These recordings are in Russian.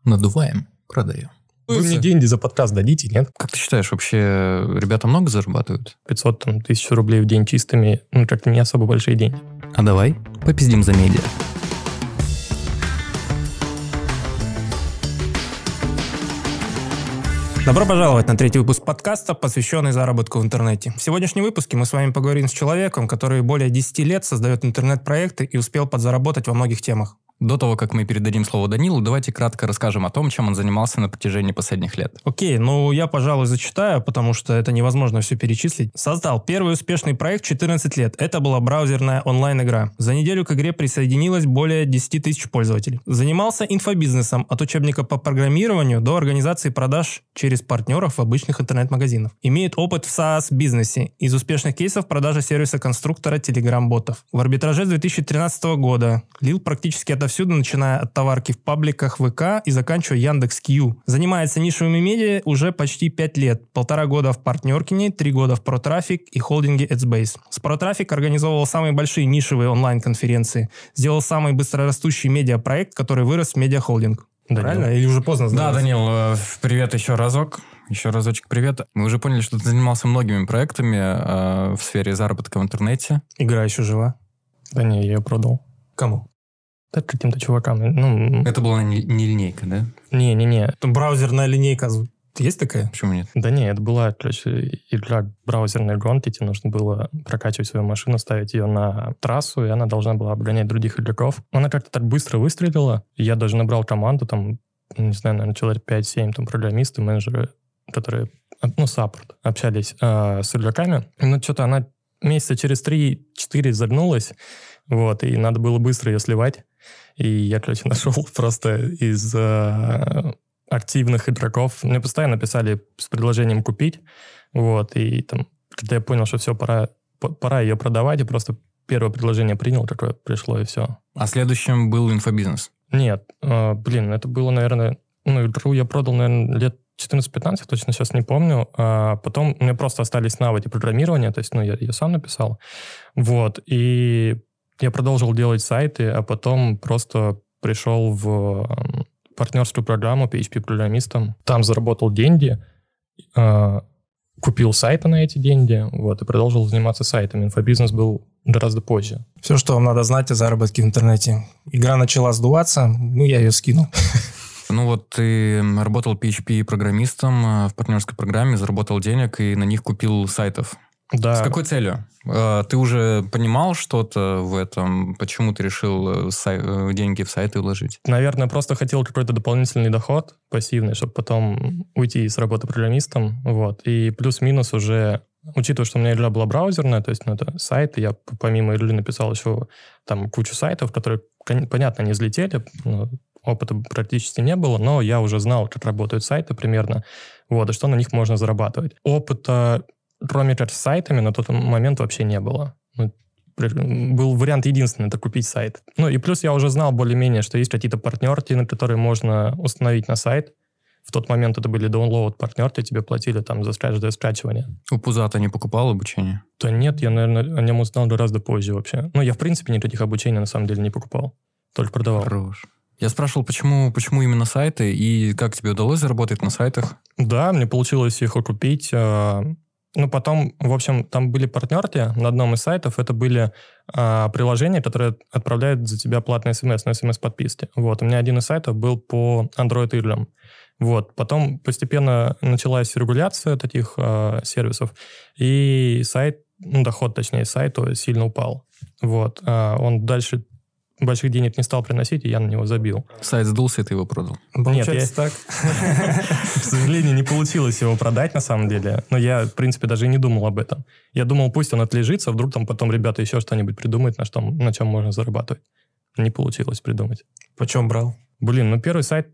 Надуваем, продаем. Вы мне деньги за подкаст дадите, нет? Как ты считаешь, вообще ребята много зарабатывают? 500 тысяч рублей в день чистыми, как-то не особо большие деньги. А давай попиздим за медиа. Добро пожаловать на третий выпуск подкаста, посвященный заработку в интернете. В сегодняшнем выпуске мы с вами поговорим с человеком, который более 10 лет создает интернет-проекты и успел подзаработать во многих темах. До того, как мы передадим слово Данилу, давайте кратко расскажем о том, чем он занимался на протяжении последних лет. Окей, я, пожалуй, зачитаю, потому что это невозможно все перечислить. Создал первый успешный проект в 14 лет. Это была браузерная онлайн-игра. За неделю к игре присоединилось более 10 тысяч пользователей. Занимался инфобизнесом от учебника по программированию до организации продаж через партнеров в обычных интернет-магазинах. Имеет опыт в SaaS-бизнесе. Из успешных кейсов продажа сервиса конструктора Telegram-ботов. В арбитраже с 2013 года лил практически отовсюду, начиная от товарки в пабликах ВК и заканчивая Яндекс.Кью. Занимается нишевыми медиа уже почти 5 лет. 1,5 года в Партнеркине, 3 года в ProTraffic и холдинге AdsBase. С ProTraffic организовывал самые большие нишевые онлайн-конференции. Сделал самый быстрорастущий медиапроект, который вырос в медиахолдинг. Правильно? Или уже поздно Да, сдаваться? Данил, привет еще разок. Еще разочек привет. Мы уже поняли, что ты занимался многими проектами в сфере заработка в интернете. Игра еще жива. Да не, я ее продал. Кому? Да каким-то чувакам. Это была не линейка, да? Не. Браузерная линейка. Есть такая? Почему нет? Да не, это была, игра браузерной гонки. Тебе нужно было прокачивать свою машину, ставить ее на трассу, и она должна была обгонять других игроков. Она как-то так быстро выстрелила. Я даже набрал команду, не знаю, наверное, человек 5-7 программисты, менеджеры, которые, саппорт, общались с игроками. Что-то она месяца через 3-4 загнулась, и надо было быстро ее сливать. И я, нашел просто из активных игроков. Мне постоянно писали с предложением купить. И когда я понял, что все, пора ее продавать, я просто первое предложение принял, такое пришло, и все. А следующим был инфобизнес? Нет. Это было, наверное... игру я продал, наверное, лет 14-15, точно сейчас не помню. А потом у меня просто остались навыки программирования, то есть, я ее сам написал. И я продолжил делать сайты, а потом просто пришел в партнерскую программу PHP-программистом. Там заработал деньги, купил сайты на эти деньги, и продолжил заниматься сайтами. Инфобизнес был гораздо позже. Все, что вам надо знать о заработке в интернете. Игра начала сдуваться, я ее скинул. Ты работал PHP-программистом в партнерской программе, заработал денег и на них купил сайтов. Да. С какой целью? Ты уже понимал что-то в этом? Почему ты решил деньги в сайты вложить? Наверное, просто хотел какой-то дополнительный доход пассивный, чтобы потом уйти с работы программистом. И плюс-минус уже, учитывая, что у меня игра была браузерная, то есть это сайт, я помимо игры написал еще кучу сайтов, которые, понятно, не взлетели, опыта практически не было, но я уже знал, как работают сайты примерно, и что на них можно зарабатывать. Опыта, кроме как с сайтами, на тот момент вообще не было. Был вариант единственный, это купить сайт. И плюс я уже знал более-менее, что есть какие-то партнерки, на которые можно установить на сайт. В тот момент это были download-партнерки, тебе платили за каждое скачивание. У Пузата не покупал обучение? Да нет, я, наверное, о нем узнал гораздо позже вообще. Я, в принципе, никаких обучений на самом деле не покупал, только продавал. Хорош. Я спрашивал, почему именно сайты, и как тебе удалось заработать на сайтах? Да, мне получилось их окупить. Потом, в общем, там были партнерки на одном из сайтов. Это были приложения, которые отправляют за тебя платные смс, на смс-подписки. У меня один из сайтов был по Android-играм. Потом постепенно началась регуляция таких сервисов, и доход, точнее, сайта сильно упал. Он дальше больших денег не стал приносить, и я на него забил. Сайт сдулся, и ты его продал? Нет, так. К сожалению, не получилось его продать, на самом деле. Но я, в принципе, даже и не думал об этом. Я думал, пусть он отлежится, вдруг потом ребята еще что-нибудь придумают, на чем можно зарабатывать. Не получилось придумать. Почем брал? Первый сайт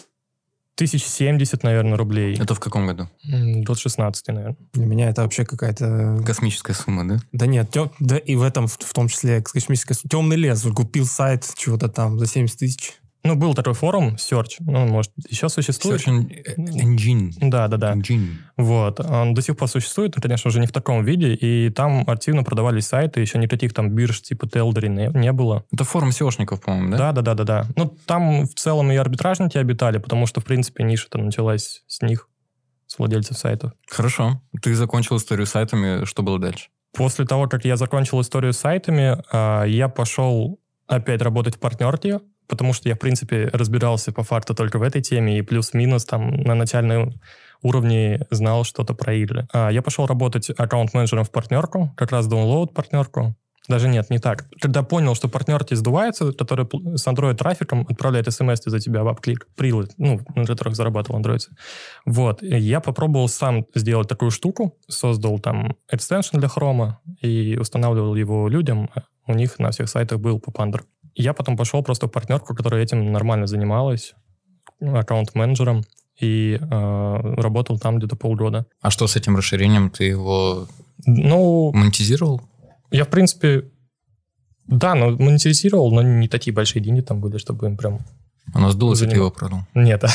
1070, наверное, рублей. Это в каком году? 2016, наверное. Для меня это вообще какая-то... Космическая сумма, да? Да нет, и в этом, в том числе, космическая сумма. Темный лес. Купил сайт чего-то за 70 тысяч. Ну, был такой форум, Search, ну, может, еще существует. Search Engine. Да. Engine. Вот. Он до сих пор существует, но, конечно, уже не в таком виде, и там активно продавались сайты, еще никаких там бирж типа Телдери не было. Это форум SEOшников, по-моему, да? Да. Ну, там в целом и арбитражники обитали, потому что, в принципе, ниша-то началась с них, с владельцев сайтов. Хорошо. Ты закончил историю с сайтами, что было дальше? После того, как я закончил историю с сайтами, я пошел опять работать в партнерке, потому что я, в принципе, разбирался по факту только в этой теме, и плюс-минус там на начальном уровне знал что-то про игры. Я пошел работать аккаунт-менеджером в партнерку, как раз download-партнерку. Даже нет, не так. Когда понял, что партнерки сдуваются, которые с Android-трафиком отправляют смс за тебя в AppClick, прилы, ну, на которых зарабатывал Android. Вот. И я попробовал сам сделать такую штуку, создал там экстеншн для Chrome и устанавливал его людям. У них на всех сайтах был Pupander. Я потом пошел просто в партнерку, которая этим нормально занималась, аккаунт-менеджером, и работал там где-то полгода. А что с этим расширением? Ты его монетизировал? Я, в принципе, да, но монетизировал, но не такие большие деньги там были, чтобы им прям... Оно сдулось, и ты его продал? Нет.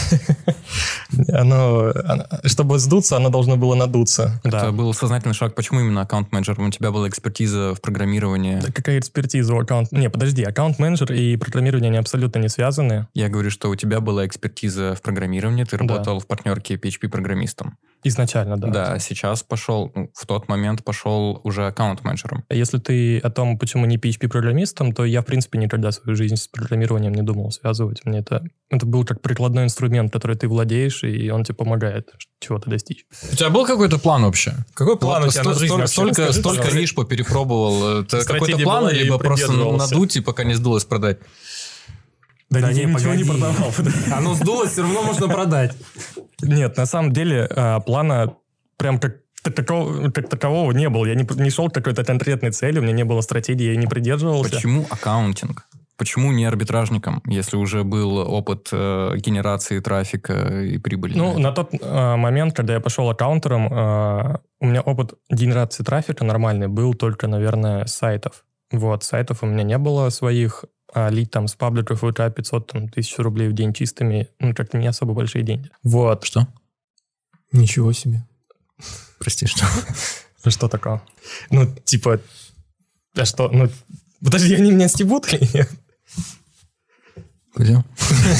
Чтобы сдуться, оно должно было надуться. Это был сознательный шаг. Почему именно аккаунт-менеджер? У тебя была экспертиза в программировании. Да какая экспертиза у аккаунт... Не, подожди, аккаунт-менеджер и программирование, они абсолютно не связаны. Я говорю, что у тебя была экспертиза в программировании, ты работал в партнерке PHP-программистом. Изначально, да. Да, сейчас пошел, в тот момент пошел уже аккаунт-менеджером. Если ты о том, почему не PHP-программистом, то я, в принципе, никогда свою жизнь с программированием не думал связывать. Мне это был как прикладной инструмент, который ты владеешь, и он тебе помогает чего-то достичь. У тебя был какой-то план вообще? Какой план у тебя на жизнь вообще? Столько ниш поперепробовал. Это какой-то план, либо просто надуть и пока не сдулось продать? Да ничего не продавал. Оно сдулось, все равно можно продать. Нет, на самом деле плана прям как такового не было. Я не шел к какой-то конкретной цели, у меня не было стратегии, я не придерживался. Почему аккаунтинг? Почему не арбитражником, если уже был опыт генерации трафика и прибыли? Ну, на тот момент, когда я пошел аккаунтером, у меня опыт генерации трафика нормальный был только, наверное, с сайтов. Вот, сайтов у меня не было своих. Лить там с пабликов ВК 500 тысяч рублей в день чистыми, как-то не особо большие деньги. Вот. Что? Ничего себе. Прости, что? Что такое? Ну, типа... А что? Ну, подожди, они меня стебут или нет? Пойдем.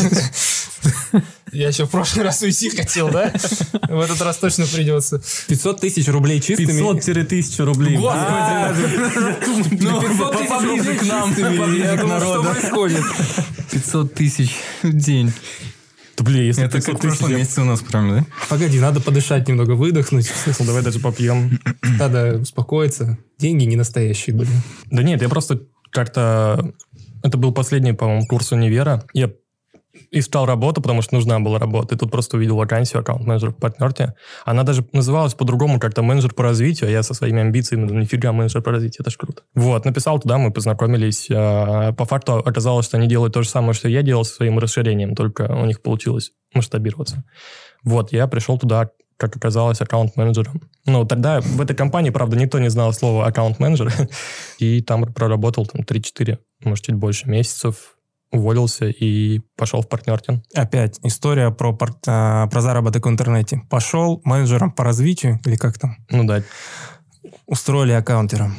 Я еще в прошлый раз уйти хотел, да? В этот раз точно придется. 500 тысяч рублей чистыми. 500-1000 рублей. Господи! Ну, поближе к нам, поближе к народу. Что происходит? 500 тысяч в день. Да, блин, если это как в прошлом месяце у нас прям, да? Погоди, надо подышать немного, выдохнуть. Давай даже попьем. Надо успокоиться. Деньги не настоящие были. Да нет, я просто как-то... Это был последний, по-моему, курс универа. Я искал работу, потому что нужна была работа. И тут просто увидел вакансию аккаунт-менеджер в партнерке. Она даже называлась по-другому, как-то менеджер по развитию. А я со своими амбициями, нифига, менеджер по развитию, это ж круто. Вот, написал туда, мы познакомились. По факту оказалось, что они делают то же самое, что я делал со своим расширением, только у них получилось масштабироваться. Вот, я пришел туда, как оказалось, аккаунт-менеджером. Ну, тогда в этой компании, правда, никто не знал слова аккаунт-менеджер. И там проработал 3-4, может, чуть больше месяцев. Уволился и пошел в партнеркин. Опять история про заработок в интернете. Пошел менеджером по развитию, или как там? Ну да. Устроили аккаунтером.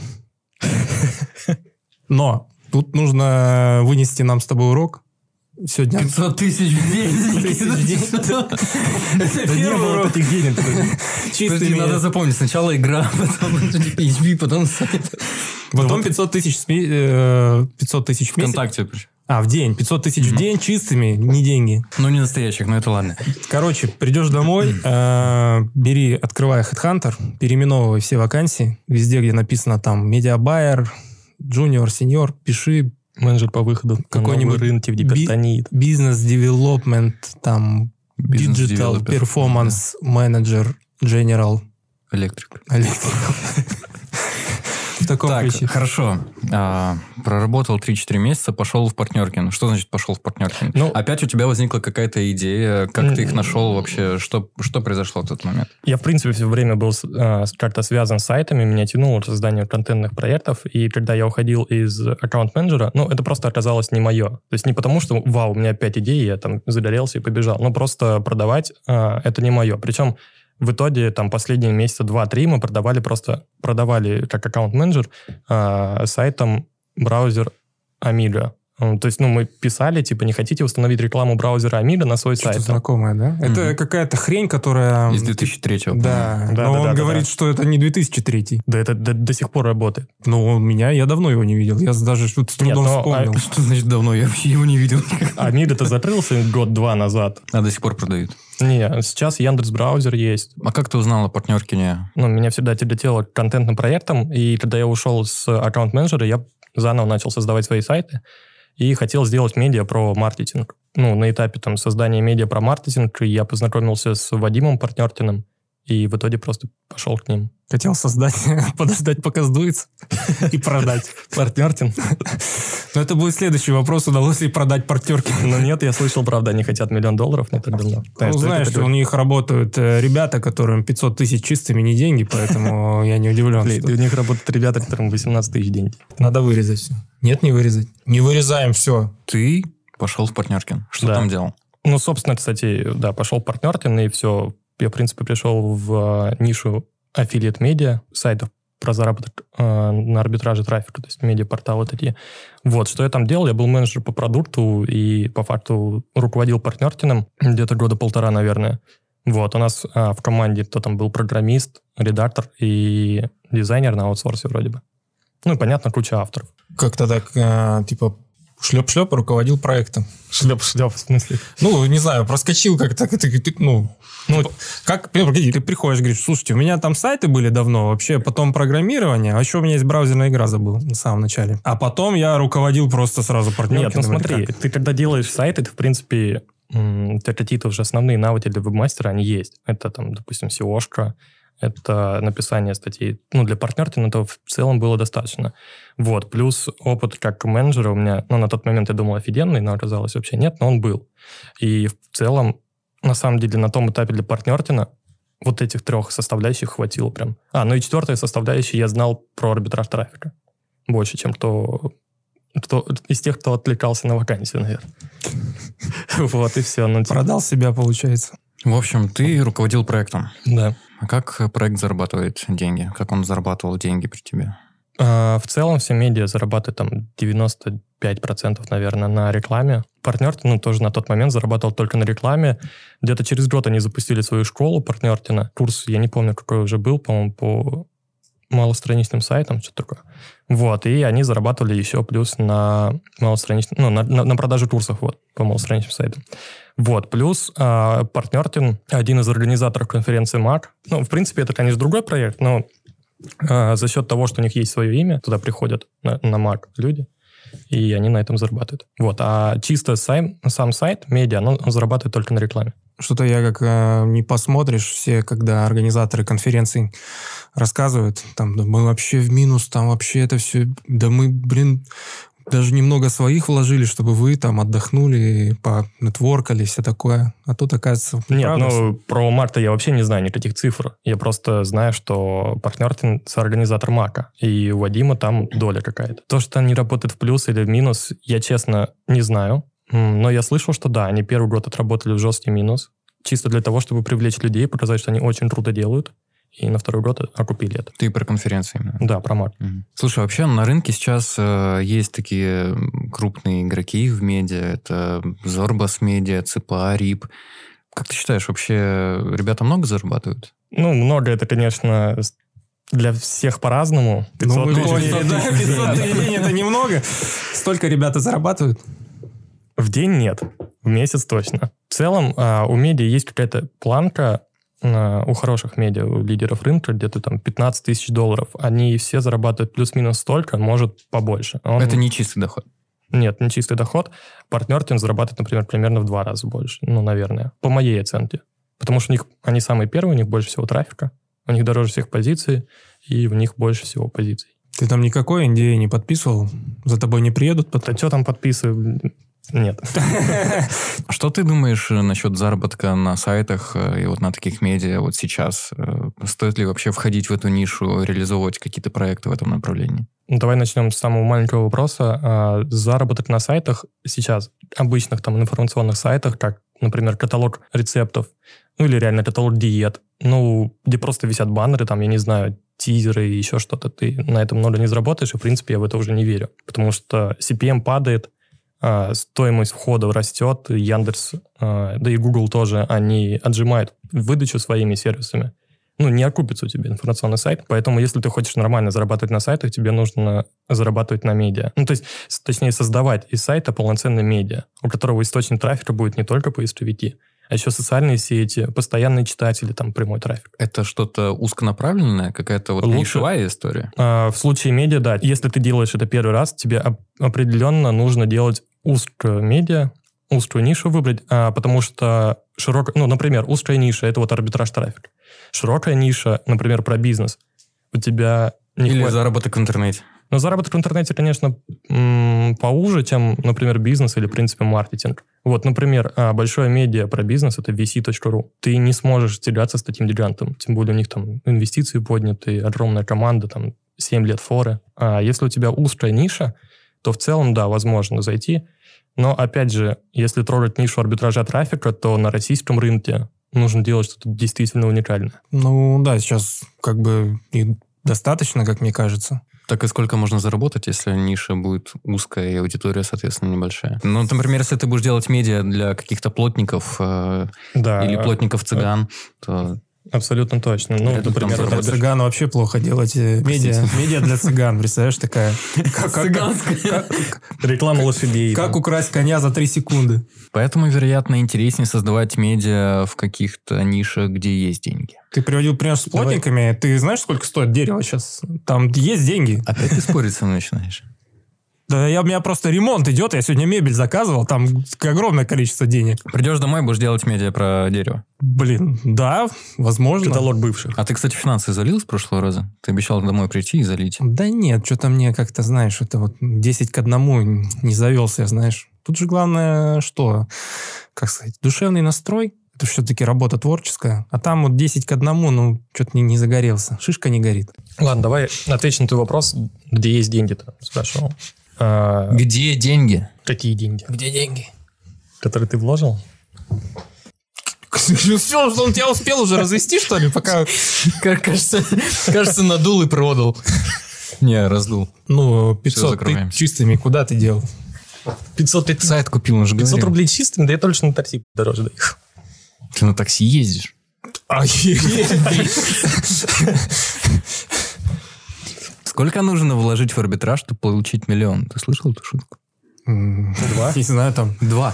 Но тут нужно вынести нам с тобой урок. Сегодня... 500 тысяч в день. Да не было таких денег. Чистыми. Надо запомнить. Сначала игра, потом PHP, потом сайт. Потом 500 тысяч в месяц. ВКонтакте. В день. 500 тысяч в день чистыми, не деньги. Ну, не настоящих, но это ладно. Короче, придешь домой, открывай HeadHunter, переименовывай все вакансии. Везде, где написано там Media Buyer, Junior, Senior, пиши. Менеджер по выходу какой-нибудь рынке в гипертонии. Бизнес-девелопмент, там, Digital Performance Manager, General. Электрик. таком Так, ключе. хорошо. Проработал 3-4 месяца, пошел в партнеркин. Что значит пошел в партнеркин? Ну, Опять у тебя возникла какая-то идея, как ты их нашел вообще? Что произошло в тот момент? я, в принципе, все время был как-то связан с сайтами, меня тянуло к созданию контентных проектов, и когда я уходил из аккаунт-менеджера, это просто оказалось не мое. То есть не потому, что, вау, у меня 5 идей, я там загорелся и побежал, но просто продавать это не мое. Причем в итоге там последние месяца 2-3 мы продавали как аккаунт-менеджер сайтом браузер Amiga. То есть, мы писали, не хотите установить рекламу браузера Amiga на свой сайт? Что-то знакомое, да? Это какая-то хрень, которая... Из 2003-го. Да, но он говорит, что это не 2003. Да, это до сих пор работает. Я давно его не видел. Я даже с трудом вспомнил. Что значит давно? Я вообще его не видел. Amiga-то закрылся год-два назад. А до сих пор продают? Не, сейчас Яндекс.Браузер есть. А как ты узнал о партнеркине? Меня всегда тяготело к контентным проектам, и когда я ушел с аккаунт-менеджера, я заново начал создавать свои сайты и хотел сделать медиа про маркетинг. На этапе создания медиа про маркетинг я познакомился с Вадимом Партнеркиным, и в итоге просто пошел к ним. Хотел создать, подождать, пока сдуется, и продать. Партнеркин? Но это будет следующий вопрос, удалось ли продать Партнеркин. Нет, я слышал, правда, они хотят $1 миллион не так давно. Знаешь, у них работают ребята, которым 500 тысяч чистыми не деньги, поэтому я не удивлен. У них работают ребята, которым 18 тысяч денег. Надо вырезать все. Нет, не вырезать. Не вырезаем все. Ты пошел в партнеркин. Что там делал? Собственно, кстати, да, пошел в партнеркин, и все. Я, в принципе, пришел в нишу аффилиат-медиа, сайтов про заработок на арбитраже трафика, то есть медиапорталы такие. Что я там делал? Я был менеджер по продукту и, по факту, руководил партнеркиным где-то 1.5 года, наверное. У нас в команде кто там был программист, редактор и дизайнер на аутсорсе вроде бы. И, понятно, куча авторов. Как-то так, шлеп-шлеп руководил проектом. Шлеп-шлеп, в смысле? Не знаю, проскочил как-то, погоди, ты приходишь, говоришь, слушайте, у меня там сайты были давно, вообще, потом программирование, а еще у меня есть браузерная игра, забыл, на самом начале. А потом я руководил просто сразу партнеркиным. Нет, смотри, ты когда делаешь сайты, ты, в принципе, какие-то уже основные навыки для веб-мастера, они есть. Это, допустим, SEO-шка, это написание статей. Для партнеркина этого в целом было достаточно. Плюс опыт как менеджера у меня, на тот момент я думал офигенный, но оказалось вообще нет, но он был. И в целом, на самом деле, на том этапе для партнеркина этих 3 составляющих хватило прям. И 4 составляющая, я знал про арбитраж трафика. Больше, чем кто из тех, кто отвлекался на вакансию, наверное. И все. Продал себя, получается. В общем, ты руководил проектом. Да. А как проект зарабатывает деньги? Как он зарабатывал деньги при тебе? В целом все медиа зарабатывают 95%, наверное, на рекламе. Партнеркин, тоже на тот момент зарабатывал только на рекламе. Где-то через год они запустили свою школу Партнеркина. Курс, я не помню, какой уже был, по-моему, по малостраничным сайтам, что-то такое. И они зарабатывали еще плюс на малостраничных, на продаже курсов по малостраничным сайтам. Плюс Партнеркин, один из организаторов конференции Mac. В принципе, это, конечно, другой проект, но за счет того, что у них есть свое имя, туда приходят на Mac люди, и они на этом зарабатывают. А чисто сам сайт, медиа, он зарабатывает только на рекламе. Что-то я не посмотришь, все, когда организаторы конференций рассказывают, мы вообще в минус, вообще это все, да мы, даже немного своих вложили, чтобы вы отдохнули, понетворкали, все такое. А тут, оказывается, Нет, про Марта я вообще не знаю никаких цифр. Я просто знаю, что Партнеркин соорганизатор Мака, и у Вадима там доля какая-то. То, что они работают в плюс или в минус, я, честно, не знаю. Но я слышал, что да, они первый год отработали в жесткий минус, чисто для того, чтобы привлечь людей, показать, что они очень круто делают. И на второй год окупили это. Ты про конференции именно? Да, про Mac. Слушай, вообще на рынке сейчас есть такие крупные игроки в медиа. Это Зорбас Медиа, ЦПА, РИП. Как ты считаешь, вообще ребята много зарабатывают? Много это, конечно, для всех по-разному. 500 тысяч в день это немного. Столько ребята зарабатывают? В день нет. В месяц точно. В целом у медиа есть какая-то планка, у хороших медиа, у лидеров рынка, где-то $15 тысяч. Они все зарабатывают плюс-минус столько, может, побольше. Это не чистый доход? Нет, не чистый доход. Партнеркин зарабатывает, например, примерно в 2 раза больше. Наверное. По моей оценке. Потому что они самые первые, у них больше всего трафика, у них дороже всех позиций, и у них больше всего позиций. Ты там никакой NDA не подписывал? За тобой не приедут потом? А что там подписываю? Нет. Что ты думаешь насчет заработка на сайтах и вот на таких медиа вот сейчас? Стоит ли вообще входить в эту нишу, реализовывать какие-то проекты в этом направлении? Давай начнем с самого маленького вопроса. Заработок на сайтах сейчас, обычных там информационных сайтах, как, например, каталог рецептов, ну или реально каталог диет, ну, где просто висят баннеры, там, я не знаю, тизеры и еще что-то, ты на этом много не заработаешь, и, в принципе, я в это уже не верю. Потому что CPM падает, стоимость входа растет, Яндекс, да и Google тоже, они отжимают выдачу своими сервисами. Ну, не окупится у тебя информационный сайт, поэтому если ты хочешь нормально зарабатывать на сайтах, тебе нужно зарабатывать на медиа. Ну, то есть, точнее, создавать из сайта полноценный медиа, у которого источник трафика будет не только поисковики, а еще социальные сети, постоянные читатели, там, прямой трафик. Это что-то узконаправленное, какая-то вот нишевая история? В случае медиа, да. Если ты делаешь это первый раз, тебе определенно нужно делать узкую медиа, узкую нишу выбрать, потому что например, узкая ниша — это вот арбитраж трафика. Широкая ниша, например, про бизнес. У тебя не Или заработок в интернете. Но заработок в интернете, конечно, поуже, чем, например, бизнес или, в принципе, маркетинг. Вот, например, большое медиа про бизнес — это vc.ru. Ты не сможешь тягаться с таким гигантом. Тем более у них там инвестиции подняты, огромная команда, там 7 лет форы. А если у тебя узкая ниша, то в целом, да, возможно зайти. Но, опять же, если трогать нишу арбитража трафика, то на российском рынке нужно делать что-то действительно уникальное. Ну, да, сейчас как бы и достаточно, как мне кажется. Так и сколько можно заработать, если ниша будет узкая и аудитория, соответственно, небольшая? Ну, например, если ты будешь делать медиа для каких-то плотников или плотников-цыган, то... Абсолютно точно. Ну, например, для цыган вообще плохо делать медиа для цыган, представляешь, такая... Цыганская. Реклама лошадей. Как украсть коня за 3 секунды. Поэтому, вероятно, интереснее создавать медиа в каких-то нишах, где есть деньги. Ты приводил пример с плотниками. Ты знаешь, сколько стоит дерево сейчас? Там есть деньги. Опять ты спорить со мной начинаешь? Да, у меня просто ремонт идет, я сегодня мебель заказывал, там огромное количество денег. Придешь домой, будешь делать медиа про дерево. Блин, да, возможно. Каталог бывших. А ты, кстати, финансы залил с прошлого раза? Ты обещал домой прийти и залить. Да нет, что-то мне как-то, знаешь, это вот 10-1 не завелся, знаешь. Тут же главное, что, как сказать, душевный настрой. Это все-таки работа творческая. А там вот 10-1, ну, что-то не загорелся. Шишка не горит. Ладно, давай отвечу на твой вопрос. Где есть деньги-то? Спрашивал. Где деньги? Какие деньги? Где деньги? Которые ты вложил? Все, что он тебя успел уже развести, что ли, пока... Кажется, надул и продал. Не, раздул. Ну, 500 ты чистыми куда ты делал? 500 сайт купил, он же 500 говорил. рублей чистыми, да я точно на такси дороже доехал. Ты на такси ездишь? Сколько нужно вложить в арбитраж, чтобы получить 1 миллион? Ты слышал эту шутку? 2? Не знаю, там. 2.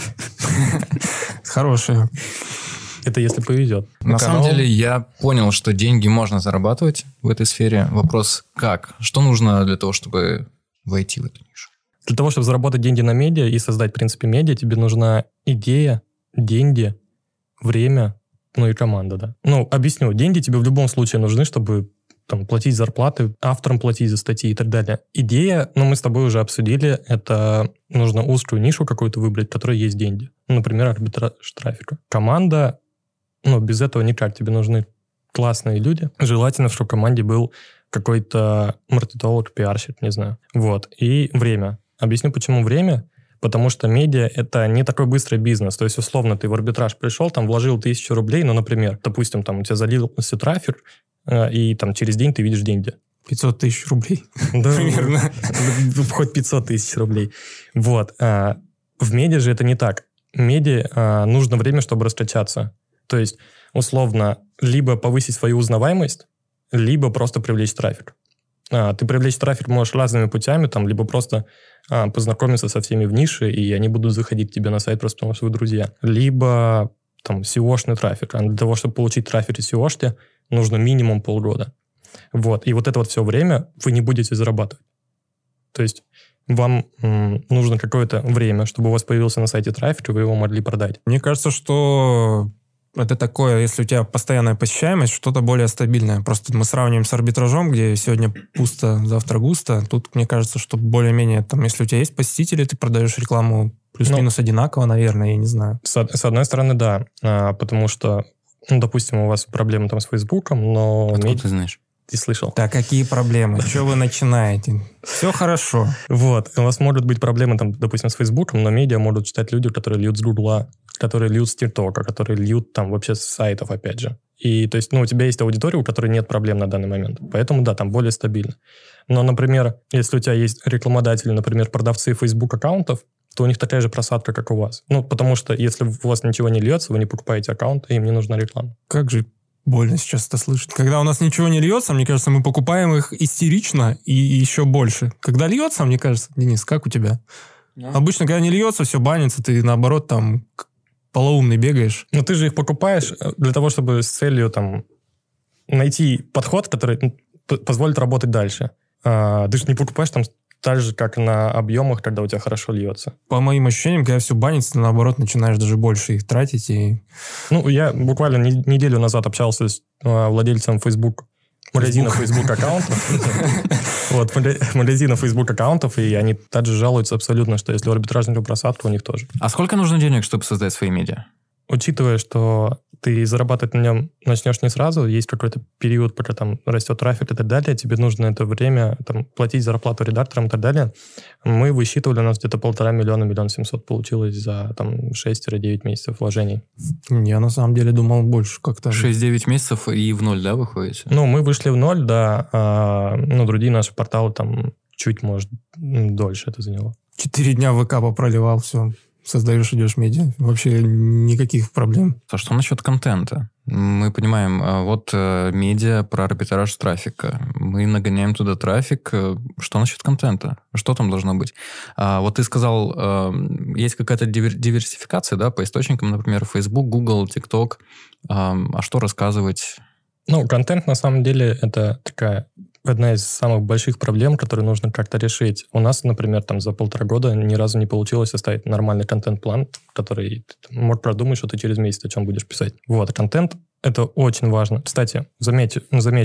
Хорошая. Это если повезет. На самом деле я понял, что деньги можно зарабатывать в этой сфере. Вопрос как? Что нужно для того, чтобы войти в эту нишу? Для того, чтобы заработать деньги на медиа и создать, в принципе, медиа, тебе нужна идея, деньги, время, ну и команда, да. Ну, объясню. Деньги тебе в любом случае нужны, чтобы там, платить зарплаты, авторам платить за статьи и так далее. Идея, мы с тобой уже обсудили, это нужно узкую нишу какую-то выбрать, в которой есть деньги. Например, арбитраж трафика. Команда, без этого никак. Тебе нужны классные люди. Желательно, чтобы в команде был какой-то маркетолог, пиарщик, не знаю. Вот. И время. Объясню, почему время. Потому что медиа — это не такой быстрый бизнес. То есть, условно, ты в арбитраж пришел, там, вложил 1000 рублей, например, допустим, там, у тебя залился трафик, и там через день ты видишь деньги. 500 тысяч рублей. Да, примерно. Хоть 500 тысяч рублей. Вот. В медиа же это не так. Медиа нужно время, чтобы раскачаться. То есть, условно, либо повысить свою узнаваемость, либо просто привлечь трафик. Ты привлечь трафик можешь разными путями, там, либо просто познакомиться со всеми в нише, и они будут заходить к тебе на сайт просто потому, что вы друзья. Либо там SEO-шный трафик. А для того, чтобы получить трафик из SEO-шки, нужно минимум полгода. Вот. И вот это вот все время вы не будете зарабатывать. То есть вам нужно какое-то время, чтобы у вас появился на сайте трафик, и вы его могли продать. Мне кажется, что Это такое, если у тебя постоянная посещаемость, что-то более стабильное. Просто мы сравниваем с арбитражом, где сегодня пусто, завтра густо. Тут, мне кажется, что более-менее, там, если у тебя есть посетители, ты продаешь рекламу плюс-минус одинаково, наверное, я не знаю. С одной стороны, да, потому что, допустим, у вас проблемы там с Фейсбуком, но... Откуда ты знаешь? Ты слышал? Да какие проблемы? Что вы начинаете? Все хорошо. Вот. У вас могут быть проблемы, там, допустим, с Фейсбуком, но медиа могут читать люди, которые льют с Гугла, которые льют с ТикТока, которые льют там вообще с сайтов, опять же. И, то есть, у тебя есть аудитория, у которой нет проблем на данный момент. Поэтому, да, там более стабильно. Но, например, если у тебя есть рекламодатели, например, продавцы Facebook-аккаунтов, то у них такая же просадка, как у вас. Потому что если у вас ничего не льется, вы не покупаете аккаунт, и им не нужна реклама. Как же больно сейчас это слышать. Когда у нас ничего не льется, мне кажется, мы покупаем их истерично и еще больше. Когда льется, мне кажется, Денис, как у тебя? Обычно, когда не льется, все банится, ты, наоборот, там полоумный бегаешь. Но ты же их покупаешь для того, чтобы с целью там найти подход, который позволит работать дальше. Ты же не покупаешь там так же, как на объемах, когда у тебя хорошо льется. По моим ощущениям, когда все банится, ты, наоборот, начинаешь даже больше их тратить. Я буквально неделю назад общался с владельцем магазина Facebook аккаунтов. Вот, магазина Facebook аккаунтов, и они также жалуются абсолютно, что если у арбитражника просадка, у них тоже. А сколько нужно денег, чтобы создать свои медиа? Учитывая, что ты зарабатывать на нем начнешь не сразу, есть какой-то период, пока там растет трафик и так далее, тебе нужно это время там, платить зарплату редакторам и так далее. Мы высчитывали, у нас где-то 1,5 миллиона, 1 700 000 получилось за там 6-9 месяцев вложений. Я на самом деле думал больше как-то. 6-9 месяцев и в ноль, да, выходите? Мы вышли в ноль, да, другие наши порталы там чуть, может, дольше это заняло. 4 дня в ВК попроливал, все. Создаешь, идешь медиа. Вообще никаких проблем. А что насчет контента? Мы понимаем, вот медиа про арбитраж трафика. Мы нагоняем туда трафик. Что насчет контента? Что там должно быть? Вот ты сказал, есть какая-то диверсификация, да, по источникам, например, Facebook, Google, TikTok. А что рассказывать? Контент, на самом деле, это такая одна из самых больших проблем, которые нужно как-то решить. У нас, например, там за 1,5 года ни разу не получилось составить нормальный контент-план, который ты мог продумать, что ты через месяц о чем будешь писать. Вот, контент — это очень важно. Кстати, замечу,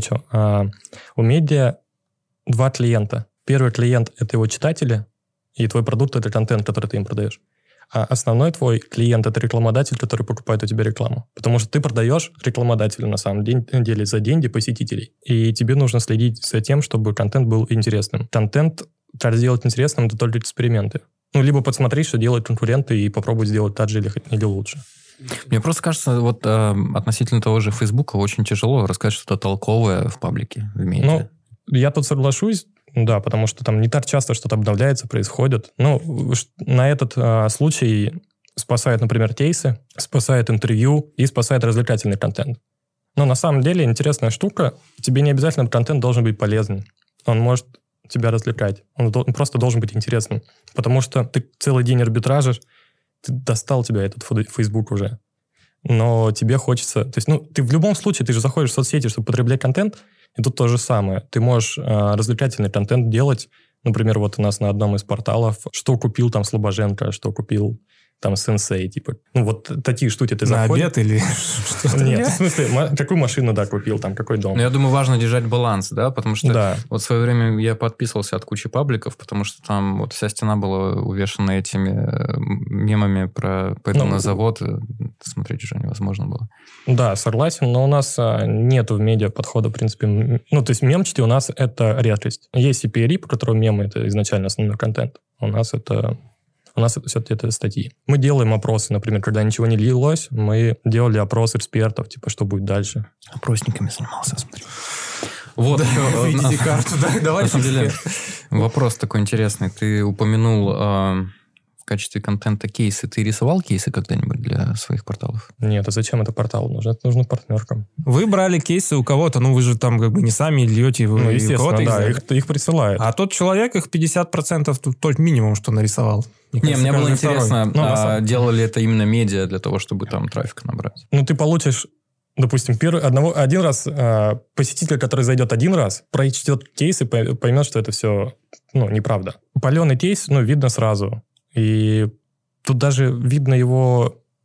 у медиа 2 клиента. Первый клиент — это его читатели, и твой продукт — это контент, который ты им продаешь. А основной твой клиент — это рекламодатель, который покупает у тебя рекламу. Потому что ты продаешь рекламодателю, на самом деле, за деньги посетителей. И тебе нужно следить за тем, чтобы контент был интересным. Контент, как сделать интересным, это только эксперименты. Либо подсмотреть, что делают конкуренты, и попробовать сделать так же или лучше. Мне просто кажется, вот относительно того же Фейсбука очень тяжело рассказать что-то толковое в паблике, в медиа. Я тут соглашусь. Да, потому что там не так часто что-то обновляется, происходит. На этот случай спасает, например, кейсы, спасает интервью и спасает развлекательный контент. Но на самом деле интересная штука. Тебе не обязательно этот контент должен быть полезным. Он может тебя развлекать. Он просто должен быть интересным. Потому что ты целый день арбитражишь, ты достал тебя этот Facebook уже. Но тебе хочется... То есть, ты в любом случае, ты же заходишь в соцсети, чтобы потреблять контент, и тут то же самое. Ты можешь развлекательный контент делать. Например, вот у нас на одном из порталов, что купил там Слобоженко, что купил там Сенсей, типа. Вот такие штуки ты заходишь. На обед или что-то? Нет, в смысле, какую машину, да, купил, там, какой дом. Я думаю, важно держать баланс, да, потому что вот в свое время я подписывался от кучи пабликов, потому что там вот вся стена была увешана этими мемами про «пойду на завод», смотреть уже невозможно было. Да, согласен, но у нас нету в медиа подхода, в принципе. То есть мемчики у нас это редкость. Есть CPRI, по которому мемы это изначально основной контент. У нас все-таки это статьи. Мы делаем опросы, например, когда ничего не лилось, мы делали опрос экспертов, типа, что будет дальше. Опросниками занимался, смотри. Вот, видите карту, да? Давай. На самом деле, вопрос такой интересный. Ты упомянул в качестве контента кейсы. Ты рисовал кейсы когда-нибудь для своих порталов? Нет, а зачем это порталу нужно? Это нужно партнеркам. Вы брали кейсы у кого-то, вы же там как бы не сами льете, вы естественно, да, их присылают. А тот человек их 50% тут только минимум, что нарисовал. Мне было интересно, делали это именно медиа для того, чтобы там трафик набрать? Ты получишь, допустим, один раз посетитель, который зайдет один раз, прочтет кейс и поймет, что это все неправда. Паленый кейс, видно сразу. И тут даже видно его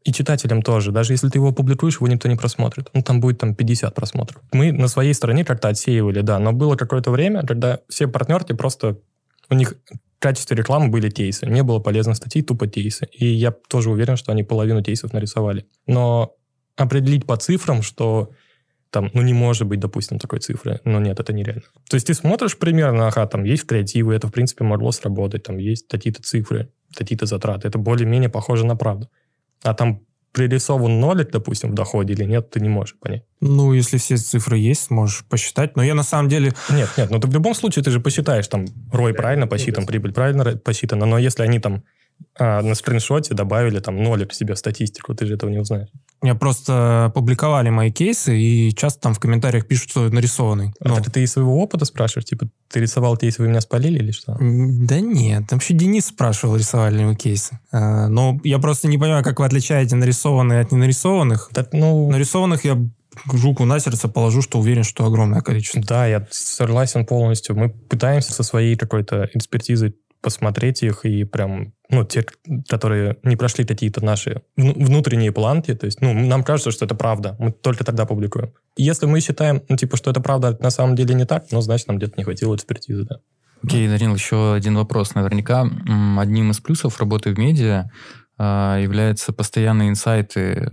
И читателям тоже. Даже если ты его опубликуешь, его никто не просмотрит. Ну, там будет 50 просмотров. Мы на своей стороне как-то отсеивали, да. Но было какое-то время, когда все партнерки просто... У них в качестве рекламы были кейсы. Не было полезных статей, тупо кейсы. И я тоже уверен, что они половину кейсов нарисовали. Но определить по цифрам, что там, не может быть, допустим, такой цифры. Но нет, это нереально. То есть ты смотришь примерно, там есть креативы, это, в принципе, могло сработать. Там есть такие-то цифры, такие-то затраты. Это более-менее похоже на правду. А там пририсован нолик, допустим, в доходе или нет, ты не можешь понять. Если все цифры есть, можешь посчитать. Но я на самом деле... Нет, ты в любом случае, ты же посчитаешь, там, ROI правильно посчитан, прибыль правильно посчитана, но если они там на скриншоте добавили там нолик себе в статистику, ты же этого не узнаешь. Я просто публиковали мои кейсы, и часто там в комментариях пишут, что нарисованный. Это ты из своего опыта спрашиваешь? Типа, ты рисовал кейсы, вы меня спалили или что? Да нет, там еще Денис спрашивал, рисовали ли вы кейсы. Но я просто не понимаю, как вы отличаете нарисованные от ненарисованных. Нарисованных я руку на сердце положу, что уверен, что огромное количество. Да, я согласен полностью. Мы пытаемся со своей какой-то экспертизой посмотреть их и прям, те, которые не прошли какие-то наши внутренние планки, то есть, нам кажется, что это правда, мы только тогда публикуем. Если мы считаем, что это правда на самом деле не так, значит, нам где-то не хватило экспертизы, да. Окей, Данил, еще один вопрос. Наверняка одним из плюсов работы в медиа являются постоянные инсайты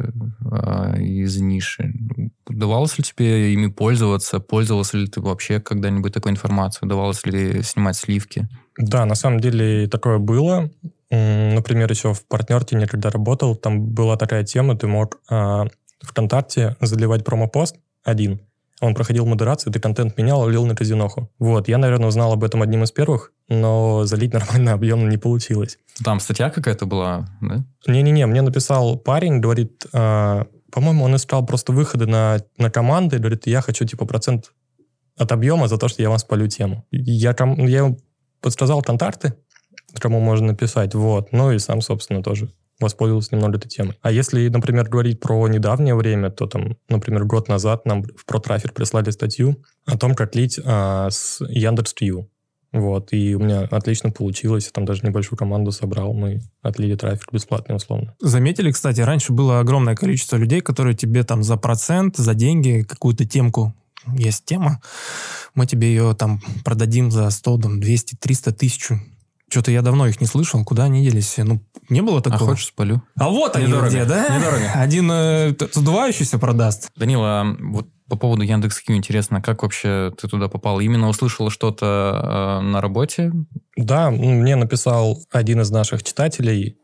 из ниши. Удавалось ли тебе ими пользоваться? Пользовался ли ты вообще когда-нибудь такой информацией? Удавалось ли снимать сливки? Да, на самом деле такое было. Например, еще в партнерке, когда работал, там была такая тема, ты мог ВКонтакте заливать промопост один, он проходил модерацию, ты контент менял, лил на казиноху. Я, наверное, узнал об этом одним из первых, но залить нормально объемно не получилось. Там статья какая-то была, да? Не-не-не, мне написал парень, говорит, по-моему, он искал просто выходы на команды, говорит, я хочу, процент от объема за то, что я вам спалю тему. Я ему подсказал контакты, кому можно написать, и сам, собственно, тоже воспользовался немного этой темой. А если, например, говорить про недавнее время, то там, например, год назад нам в ProTraffic прислали статью о том, как лить с Яндекс.Кью. И у меня отлично получилось. Я там даже небольшую команду собрал. Мы отлили трафик бесплатно, условно. Заметили, кстати, раньше было огромное количество людей, которые тебе там за процент, за деньги какую-то темку, есть тема, мы тебе ее там продадим за 100, 200, 300 тысяч. Что-то я давно их не слышал. Куда они делись? Не было такого? А хочешь, спалю? А вот они где, да? Недорого. Один сдувающийся продаст. Данила, по поводу Яндекс.Кью интересно, как вообще ты туда попал? Именно услышал что-то на работе? Да, мне написал один из наших читателей,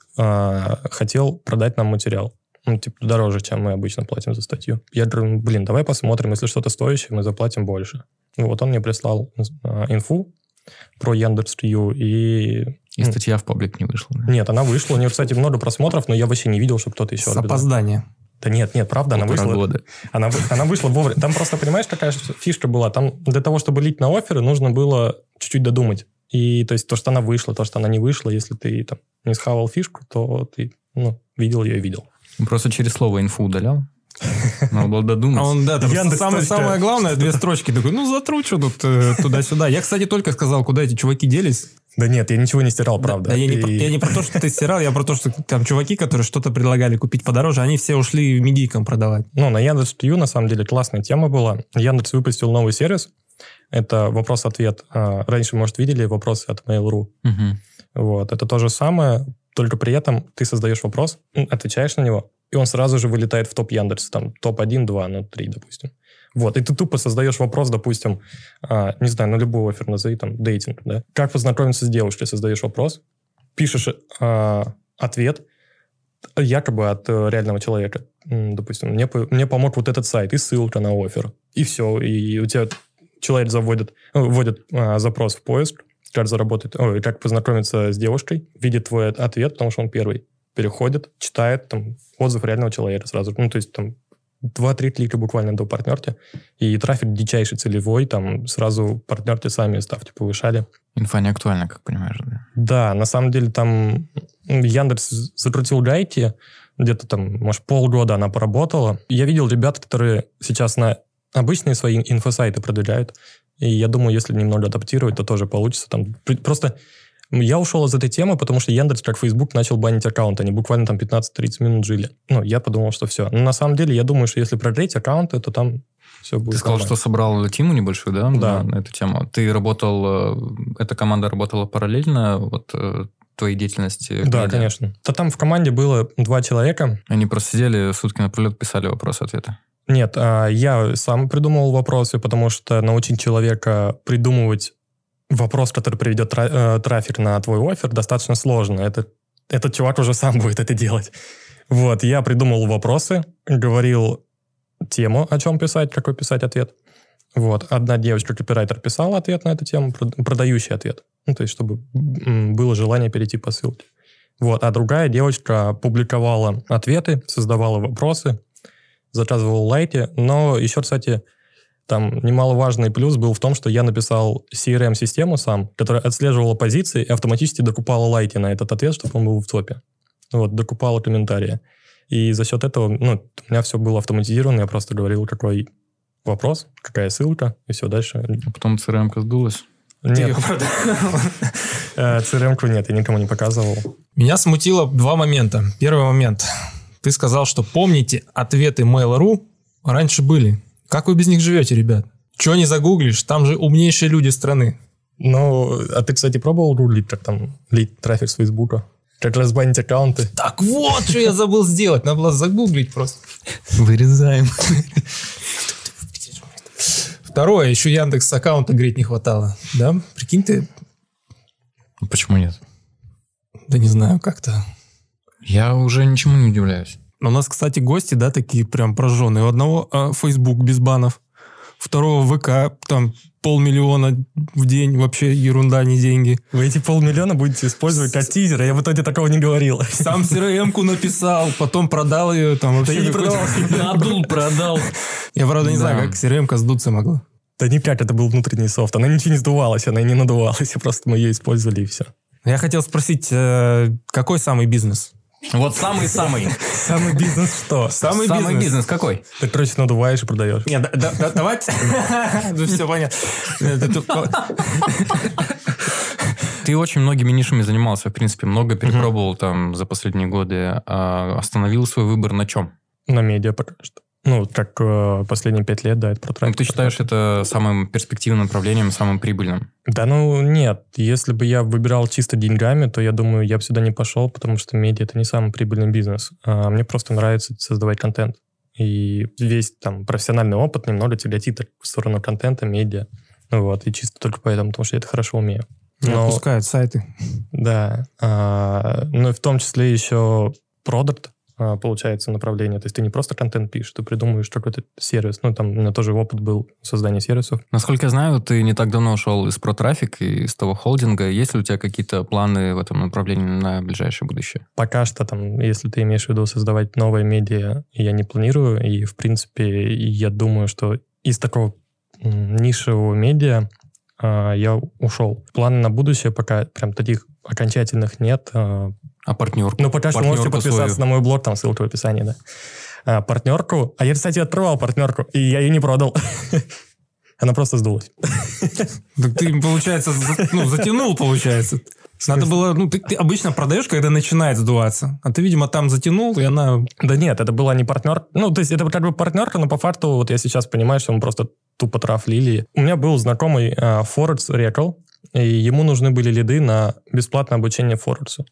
хотел продать нам материал. Дороже, чем мы обычно платим за статью. Я говорю, давай посмотрим, если что-то стоящее, мы заплатим больше. Он мне прислал инфу про Яндекс.Кью и... И статья в паблик не вышла? Да? Нет, она вышла. У нее, кстати, много просмотров, но я вообще не видел, что кто-то еще... С опозданием. Да нет, правда, она вышла. Она вышла вовремя. Там просто, понимаешь, какая фишка была? Там для того, чтобы лить на офферы, нужно было чуть-чуть додумать. И то есть то, что она вышла, то, что она не вышла, если ты там не схавал фишку, то ты видел ее и видел. Просто через слово инфу удалял? Надо было додуматься. А он, да, там самое главное, 2 строчки. Такой, затручу тут туда-сюда. Я, кстати, только сказал, куда эти чуваки делись. Да нет, я ничего не стирал, правда. Да, я не про то, что ты стирал, я про то, что там чуваки, которые что-то предлагали купить подороже, они все ушли медийкам продавать. На Яндекс.Кью, на самом деле, классная тема была. Яндекс выпустил новый сервис. Это вопрос-ответ. Раньше, может, видели вопросы от Mail.ru. Это то же самое, только при этом ты создаешь вопрос, отвечаешь на него, и он сразу же вылетает в топ Яндекс, там, топ-1, 2, 3, допустим. И ты тупо создаешь вопрос, допустим, не знаю, на любой оффер назови, там, дейтинг, да? Как познакомиться с девушкой? Создаешь вопрос, пишешь ответ, якобы от реального человека. Допустим, мне помог вот этот сайт, и ссылка на оффер. И все, и у тебя человек вводит запрос в поиск, как познакомиться с девушкой, видит твой ответ, потому что он первый, переходит, читает там отзыв реального человека сразу. То есть там 2-3 клика буквально до партнерки, и трафик дичайший, целевой, там сразу партнерки сами ставки повышали. Инфа не актуальна, как понимаешь, да? Да, на самом деле там Яндекс закрутил гайки, где-то там, может, полгода она поработала. Я видел ребят, которые сейчас на обычные свои инфосайты продвигают, и я думаю, если немного адаптировать, то тоже получится. Там просто Я ушел из этой темы, потому что Яндекс, как Facebook, начал банить аккаунты. Они буквально там 15-30 минут жили. Я подумал, что все. Но на самом деле, я думаю, что если прогреть аккаунты, то там все будет. Ты сказал, что собрал тиму небольшую, да? Да. На эту тему. Ты работал... Эта команда работала параллельно твоей деятельности? Да, конечно. Там в команде было 2 человека. Они просто сидели сутки напролет, писали вопросы-ответы? Нет, я сам придумывал вопросы, потому что научить человека придумывать вопрос, который приведет трафик на твой оффер, достаточно сложно. Этот чувак уже сам будет это делать. Я придумал вопросы, говорил тему, о чем писать, какой писать ответ. Одна девочка-копирайтер писала ответ на эту тему, продающий ответ. То есть, чтобы было желание перейти по ссылке. А другая девочка публиковала ответы, создавала вопросы, заказывала лайки. Но еще, кстати, там немаловажный плюс был в том, что я написал CRM-систему сам, которая отслеживала позиции и автоматически докупала лайки на этот ответ, чтобы он был в топе. Докупала комментарии. И за счет этого, у меня все было автоматизировано, я просто говорил, какой вопрос, какая ссылка, и все дальше. А потом CRM-ка сдулась? Нет. CRM-ку нет, я никому не показывал. Меня смутило 2 момента. Первый момент. Ты сказал, что помните, ответы Mail.ru раньше были. Как вы без них живете, ребят? Чего не загуглишь? Там же умнейшие люди страны. А ты, кстати, пробовал гуглить, как там лить трафик с Фейсбука? Как разбанить аккаунты? Так вот, что я забыл сделать. Надо было загуглить просто. Вырезаем. Второе, еще Яндекс аккаунта греть не хватало. Да? Прикинь ты... Почему нет? Да не знаю, как-то... Я уже ничему не удивляюсь. У нас, кстати, гости, да, такие прям прожженные. У одного Facebook без банов, второго ВК, там 500 000 в день, вообще ерунда, не деньги. Вы эти 500 000 будете использовать как тизер, а я в итоге такого не говорил. Сам CRM-ку написал, потом продал ее. Там, да я не продал. Надул, продал. Я, правда, не знаю, как CRM-ка сдуться могла. Да никак, это был внутренний софт. Она ничего не сдувалась, она и не надувалась. Просто мы ее использовали, и все. Я хотел спросить, какой самый бизнес? Самый-самый. Самый бизнес что? Самый бизнес какой? Ты, короче, надуваешь и продаешь. Нет, давайте... Все понятно. Ты очень многими нишами занимался, в принципе, много перепробовал там за последние годы. Остановил свой выбор на чем? На медиа пока что. Как последние 5 лет, да, это про трафик. Ты считаешь это самым перспективным направлением, самым прибыльным? Да, нет. Если бы я выбирал чисто деньгами, то, я думаю, я бы сюда не пошел, потому что медиа — это не самый прибыльный бизнес. Мне просто нравится создавать контент. И весь там профессиональный опыт немного тяготит в сторону контента, медиа. И чисто только поэтому, потому что я это хорошо умею. Опускают сайты. Да. Ну и в том числе еще продукт, получается, направление. То есть ты не просто контент пишешь, ты придумываешь какой-то сервис. Там у меня тоже опыт был создания сервисов. Насколько я знаю, ты не так давно ушел из ProTraffic и из того холдинга. Есть ли у тебя какие-то планы в этом направлении на ближайшее будущее? Пока что, если ты имеешь в виду создавать новые медиа, я не планирую. И, в принципе, я думаю, что из такого нишевого медиа я ушел. Планы на будущее пока прям таких окончательных нет. А партнерку? Пока что можете подписаться свою. На мой блог, там ссылка в описании, да. Партнерку. А я, кстати, открывал партнерку, и я ее не продал. Она просто сдулась. Так ты, получается, затянул, получается. Надо было... Ты обычно продаешь, когда начинает сдуваться. А ты, видимо, там затянул, и она... Да нет, это была не партнер. То есть это как бы партнерка, но по факту я сейчас понимаю, что мы просто тупо трафлили. У меня был знакомый Форекс Рекл, и ему нужны были лиды на бесплатное обучение Форексу.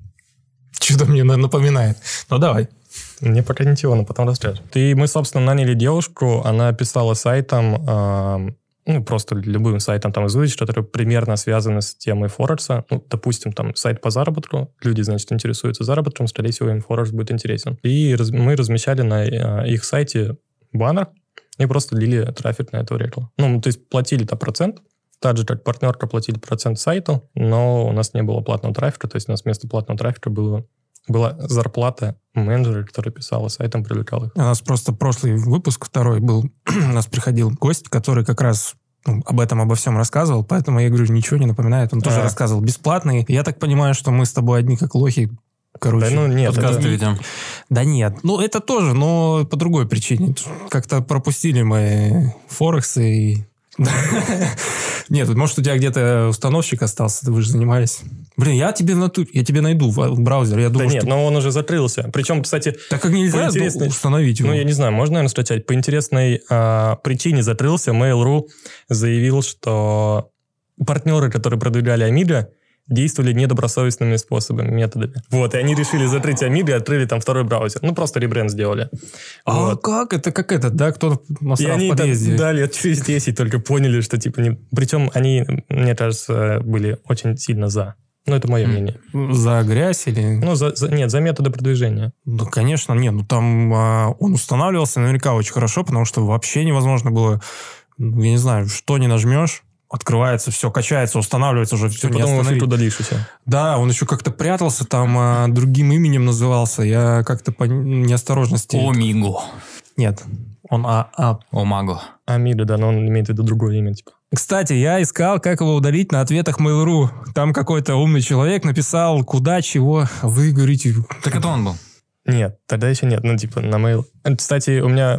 Что-то мне напоминает. Давай. Мне пока ничего, но потом расскажешь. И мы, собственно, наняли девушку, она писала сайтом, просто любым сайтом там из Выручки, который примерно связан с темой Форекса. Допустим, там сайт по заработку, люди, значит, интересуются заработком, скорее всего, им Форекс будет интересен. И мы размещали на их сайте баннер и просто лили трафик на эту рекламу. То есть платили процент, так же, как партнерка платили процент сайту, но у нас не было платного трафика, то есть у нас вместо платного трафика была зарплата менеджера, который писал сайтом, привлекал их. У нас просто прошлый выпуск, второй был, у нас приходил гость, который как раз обо всем рассказывал, поэтому я говорю, ничего не напоминает, он тоже рассказывал бесплатный. Я так понимаю, что мы с тобой одни как лохи, короче. Да, нет. Подкасты ведем. Да нет, это тоже, но по другой причине. Как-то пропустили мы Форексы и Нет, может, у тебя где-то установщик остался, вы же занимались. Блин, я тебе найду в браузере. Я думаю, да нет, но он уже закрылся. Причем, кстати... Так как нельзя установить его? Ну, я не знаю, можно, наверное, скачать. По интересной причине закрылся. Mail.ru заявил, что партнеры, которые продвигали Amiga, действовали недобросовестными способами, методами. Вот, и они решили закрыть Amiga и открыли там второй браузер. Ну, просто ребренд сделали. А вот. как? Это как это, да? Кто-то насрал в подъезде. Да, лет через 10 только поняли, что типа... Причем они, мне кажется, были очень сильно за. Ну, это мое мнение. За грязь или... Ну, нет, за методы продвижения. Ну, конечно, нет. Ну, там он устанавливался наверняка очень хорошо, потому что вообще невозможно было... Я не знаю, что не нажмешь, открывается все, качается, устанавливается уже все. И потом его фиг удалишь и все. Да, он еще как-то прятался, там другим именем назывался. Я как-то по неосторожности... Омиго. Нет, он Омаго. Amiga, да, но он имеет в виду другое имя, типа. Кстати, я искал, как его удалить на ответах Mail.ru. Там какой-то умный человек написал, куда, чего. Вы говорите... Так это он был? Нет, тогда еще нет. Ну, типа, на mail. Кстати, у меня...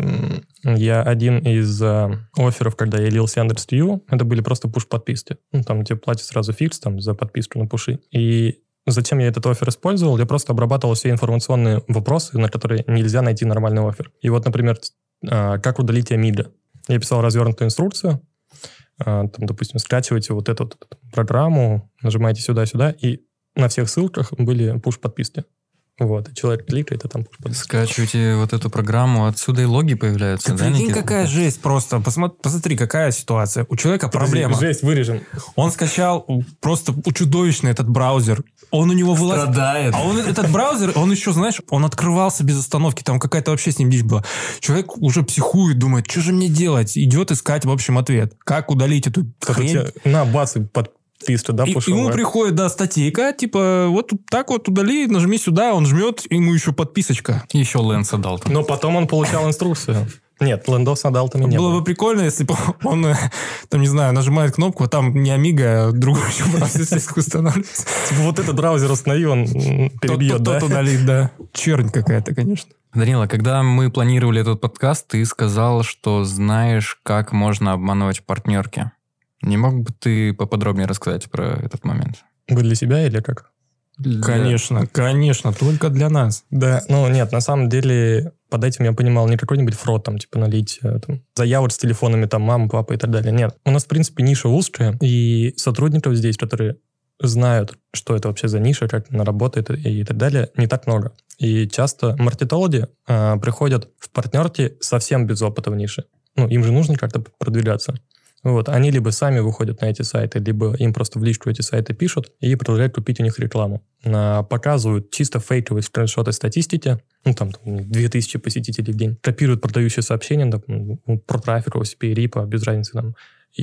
Я один из офферов, когда я лил Яндекс.Тью, это были просто пуш-подписки. Ну, там тебе платят сразу фикс там, за подписку на пуши. И зачем я этот оффер использовал? Я просто обрабатывал все информационные вопросы, на которые нельзя найти нормальный оффер. И вот, например, как удалить Amiga. Я писал развернутую инструкцию. Там, допустим, скачивайте вот эту программу, нажимаете сюда-сюда, и на всех ссылках были пуш-подписки. Вот, и человек кликает, и там пуш-подписки. Скачивайте вот эту программу, отсюда и логи появляются, Ты да, прикинь, Никита? какая жесть просто. Посмотри, какая ситуация. У человека проблема. Жесть, вырежем. Он скачал просто чудовищный этот браузер. Он у него вылазит. Страдает. А он этот браузер, он еще, знаешь, он открывался без остановки. Там какая-то вообще с ним дичь была. Человек уже психует, думает, что же мне делать? Идет искать, в общем, ответ. Как удалить эту хрень? На, бац, подписка, да, пошел. Ему приходит, да, статейка, типа, вот так вот удали, нажми сюда, он жмет, ему еще подписочка. Еще Лэнса дал там. Но потом он получал инструкцию. Нет, лендов с адалтами не было. Было бы прикольно, если бы он, там, не знаю, нажимает кнопку, а там не Amiga, а другой еще браузер устанавливается. Типа вот этот браузер установи, он перебьет, да? Тот удалит, да. Чернь какая-то, конечно. Данила, когда мы планировали этот подкаст, ты сказал, что знаешь, как можно обманывать партнерки. Не мог бы ты поподробнее рассказать про этот момент? Вы для себя или как? Конечно, только для нас. Да, ну нет, на самом деле под этим я понимал не какой-нибудь фрод, там, типа налить там, заявок с телефонами там мамы, папы и так далее. Нет, у нас, в принципе, ниша узкая, и сотрудников здесь, которые знают, что это вообще за ниша, как она работает и так далее, не так много. И часто маркетологи приходят в партнерки совсем без опыта в нише. Ну, им же нужно как-то продвигаться. Вот, они либо сами выходят на эти сайты, либо им просто в личку эти сайты пишут и продолжают купить у них рекламу. Показывают чисто фейковые скриншоты статистики, ну, там 2000 посетителей в день, копируют продающие сообщения про трафик, OCP, RIP, без разницы там,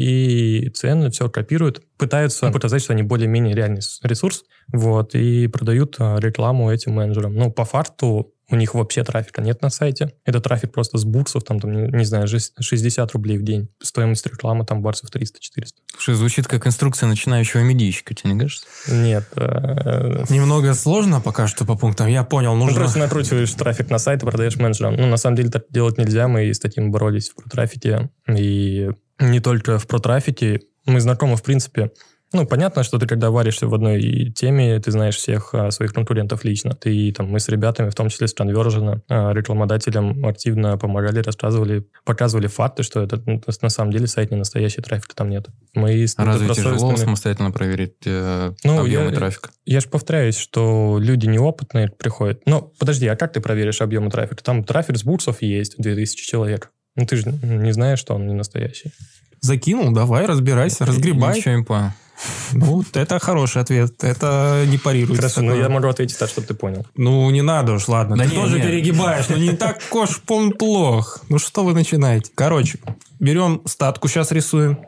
и цены все копируют, пытаются показать, что они более-менее реальный ресурс, вот, и продают рекламу этим менеджерам. Ну, по факту у них вообще трафика нет на сайте. Это трафик просто с бутсов, там не знаю, 60 рублей в день. Стоимость рекламы там баксов 300-400. Слушай, звучит как инструкция начинающего медийщика, тебе не кажется? Нет. Немного сложно пока что по пунктам. Я понял, нужно... Ну, просто накручиваешь трафик на сайт и продаешь менеджерам. Ну, на самом деле, так делать нельзя. Мы с таким боролись в протрафике. И не только в протрафике. Мы знакомы, в принципе... Ну, понятно, что ты, когда варишься в одной теме, ты знаешь всех своих конкурентов лично. Ты, там, мы с ребятами, в том числе с Conversion, рекламодателям активно помогали, рассказывали, показывали факты, что это на самом деле сайт не настоящий, трафика там нет. Мы с разве тяжело самостоятельно проверить объемы трафика? Я же повторяюсь, что люди неопытные приходят. Но подожди, а как ты проверишь объемы трафика? Там трафик с бутсов есть, 2000 человек. Ну, ты же не знаешь, что он не настоящий. Закинул, давай, разбирайся, разгребай. Ничего не понял. Ну, это хороший ответ. Это не парируется. Хорошо, но я могу ответить так, чтобы ты понял. Ну, не надо уж, ладно. Да ты тоже перегибаешь, но не так уж плохо. Ну, что вы начинаете? Короче, берем статку, сейчас рисуем.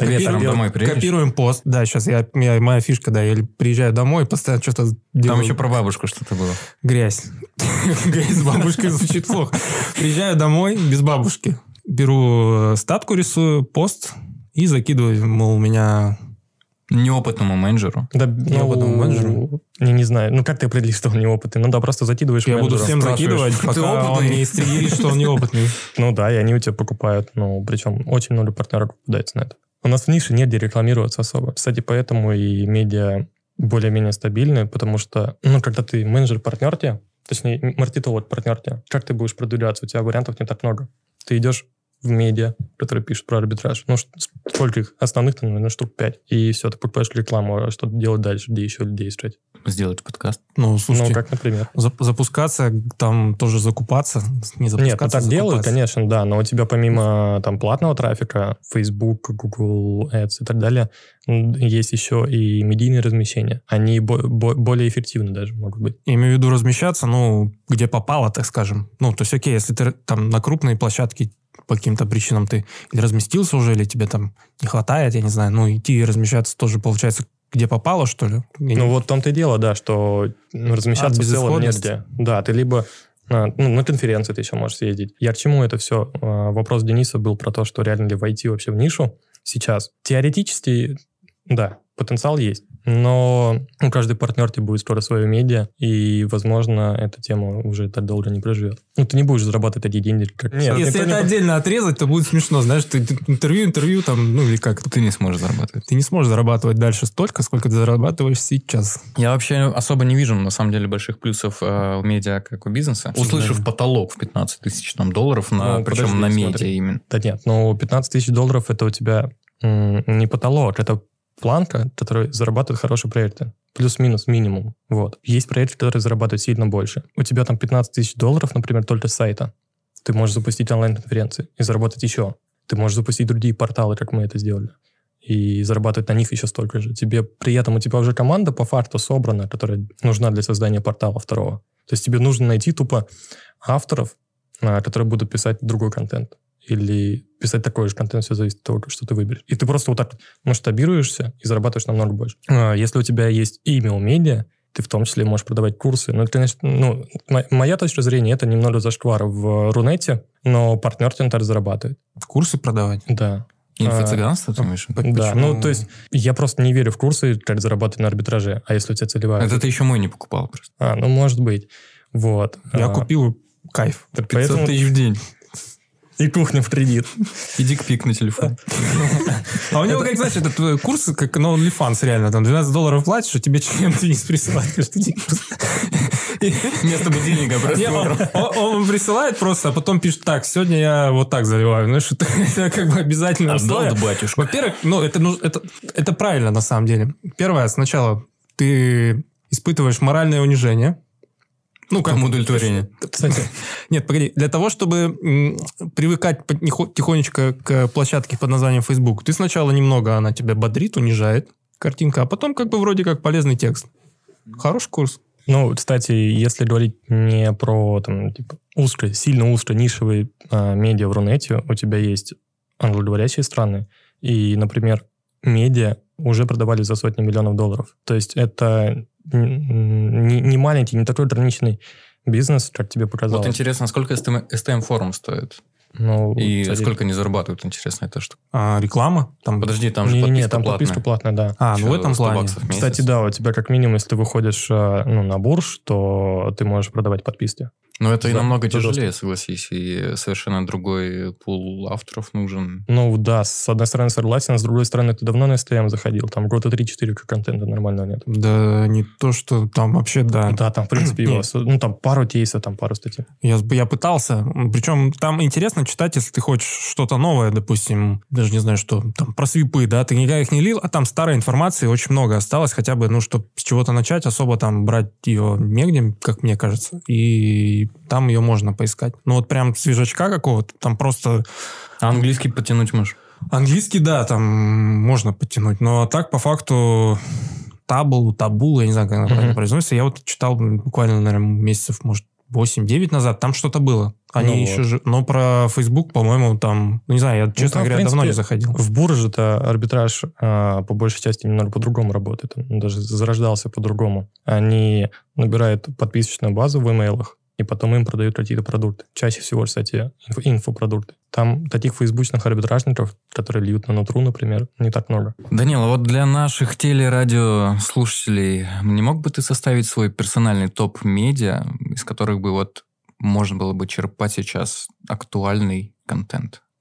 Копируем пост. Да, сейчас моя фишка, да, я приезжаю домой, постоянно что-то делаю. Там еще про бабушку что-то было. Грязь. Грязь с бабушкой звучит плохо. Приезжаю домой без бабушки. Беру статку, рисую, пост и закидываю, мол, у меня... Неопытному менеджеру. Да, неопытному менеджеру? Не знаю. Ну, как ты определишь, что он неопытный? Ну, да, просто закидываешь менеджеру. Я буду всем закидывать, пока он не истригерит, что он неопытный. Ну, да, и они у тебя покупают. Ну, причем очень много партнеров попадается на это. У нас в нише негде рекламироваться особо. Кстати, поэтому и медиа более-менее стабильные, потому что, когда ты менеджер-партнер тебе, точнее, маркетолог-партнер тебе, как ты будешь продвигаться? У тебя вариантов не так много. Ты идешь в медиа, которые пишут про арбитраж. Сколько их? Основных, наверное, штук 5. И все, ты покупаешь рекламу, а что делать дальше, где еще людей искать? Сделать подкаст. Слушайте, как, например. Запускаться, там тоже закупаться, не запускаться, Нет, так делают, конечно, да, но у тебя помимо там платного трафика, Facebook, Google Ads и так далее, есть еще и медийные размещения. Они более эффективны даже могут быть. Я имею в виду размещаться, где попало, так скажем. То есть, окей, если ты там на крупные площадки по каким-то причинам ты или разместился уже, или тебе там не хватает, я не знаю, идти и размещаться тоже получается где попало, что ли? Вот в том-то и дело, да, что размещаться в целом негде. Да, ты либо на конференции ты еще можешь съездить. Я к чему это все? Вопрос Дениса был про то, что реально ли войти вообще в нишу сейчас. Теоретически, да, потенциал есть. Но каждый партнер тебе будет скоро свое медиа, и, возможно, эта тема уже так долго не проживет. Ты не будешь зарабатывать такие деньги. Нет, если это отдельно отрезать, то будет смешно. Знаешь, ты интервью там, или как. Ты не сможешь зарабатывать. Ты не сможешь зарабатывать дальше столько, сколько ты зарабатываешь сейчас. Я вообще особо не вижу, на самом деле, больших плюсов у медиа, как у бизнеса. Услышав потолок в 15 тысяч долларов, причем на медиа именно. Да нет, 15 тысяч долларов это у тебя не потолок, это планка, которая зарабатывает хорошие проекты. Плюс-минус минимум. Вот. Есть проекты, которые зарабатывают сильно больше. У тебя там 15 тысяч долларов, например, только с сайта. Ты можешь запустить онлайн-конференции и заработать еще. Ты можешь запустить другие порталы, как мы это сделали, и зарабатывать на них еще столько же. При этом у тебя уже команда по факту собрана, которая нужна для создания портала второго. То есть тебе нужно найти тупо авторов, которые будут писать другой контент. Или писать такой же контент, все зависит от того, что ты выберешь. И ты просто вот так масштабируешься и зарабатываешь намного больше. Если у тебя есть email медиа, ты в том числе можешь продавать курсы. Моя точка зрения, это немного зашквар в Рунете, но партнер тебе зарабатывает. Курсы продавать? Да. Инфо-цыганство, ты имеешь? Да, то есть я просто не верю в курсы, как зарабатывать на арбитраже. А если у тебя целевая... Это ты еще мой не покупал просто. Может быть. Вот. Я купил кайф. 500 тысяч в день. И кухня в кредит. И дикпик на телефон. А у него, как, знаешь, это твой курс, как на OnlyFans реально. Там $12 платишь, а тебе член-теннис присылает каждый день. Вместо будильника просто. Он присылает просто, а потом пишет: так, сегодня я вот так заливаю. Знаешь, это как бы обязательно условие. Батюшка. Во-первых, это правильно на самом деле. Первое, сначала ты испытываешь моральное унижение. Как удовлетворение. Кстати. Нет, погоди. Для того, чтобы привыкать тихонечко к площадке под названием Facebook, ты сначала немного, она тебя бодрит, унижает, картинка, а потом как бы вроде как полезный текст. Хороший курс. Кстати, если говорить не про сильно узкие нишевые медиа в Рунете, у тебя есть англоговорящие страны, и, например, медиа уже продавали за сотни миллионов долларов. То есть это не маленький, не такой ограниченный бизнес, как тебе показалось. Вот интересно, сколько STM форум стоит? И сколько они зарабатывают, интересно, это что? Реклама? Подожди, там же подписка платная. Подписка платная, да. В этом плане. Кстати, да, у тебя как минимум, если ты выходишь на бурж, то ты можешь продавать подписки. Но это и намного тяжелее, согласись, и совершенно другой пул авторов нужен. Да, с одной стороны согласен, а с другой стороны ты давно на STM заходил, там года 3-4 контента нормального нет. Да, не то, что там вообще, да. Да, там, в принципе, его, там пару кейсов, там пару статей. Я пытался, причем там интересно читать, если ты хочешь что-то новое, допустим, даже не знаю, что, там, про свипы, да, ты никогда их не лил, а там старой информации очень много осталось, хотя бы, чтобы с чего-то начать, особо там брать ее негде, как мне кажется, и там ее можно поискать. Прям свежачка какого-то, там просто... А английский подтянуть можешь? Английский, да, там можно подтянуть, но так, по факту, табул, я не знаю, как она правильно произносится, я вот читал буквально, наверное, месяцев, может, 8-9 назад, там что-то было. Они еще же... Но про Facebook, по-моему, там... не знаю, я, честно говоря, давно не заходил. В бурже-то арбитраж по большей части немного по-другому работает. Он даже зарождался по-другому. Они набирают подписочную базу в имейлах, и потом им продают какие-то продукты. Чаще всего, кстати, инфопродукты. Там таких фейсбучных арбитражников, которые льют на нутру, например, не так много. Данил, а вот для наших телерадиослушателей не мог бы ты составить свой персональный топ-медиа, из которых бы можно было бы черпать сейчас актуальный контент?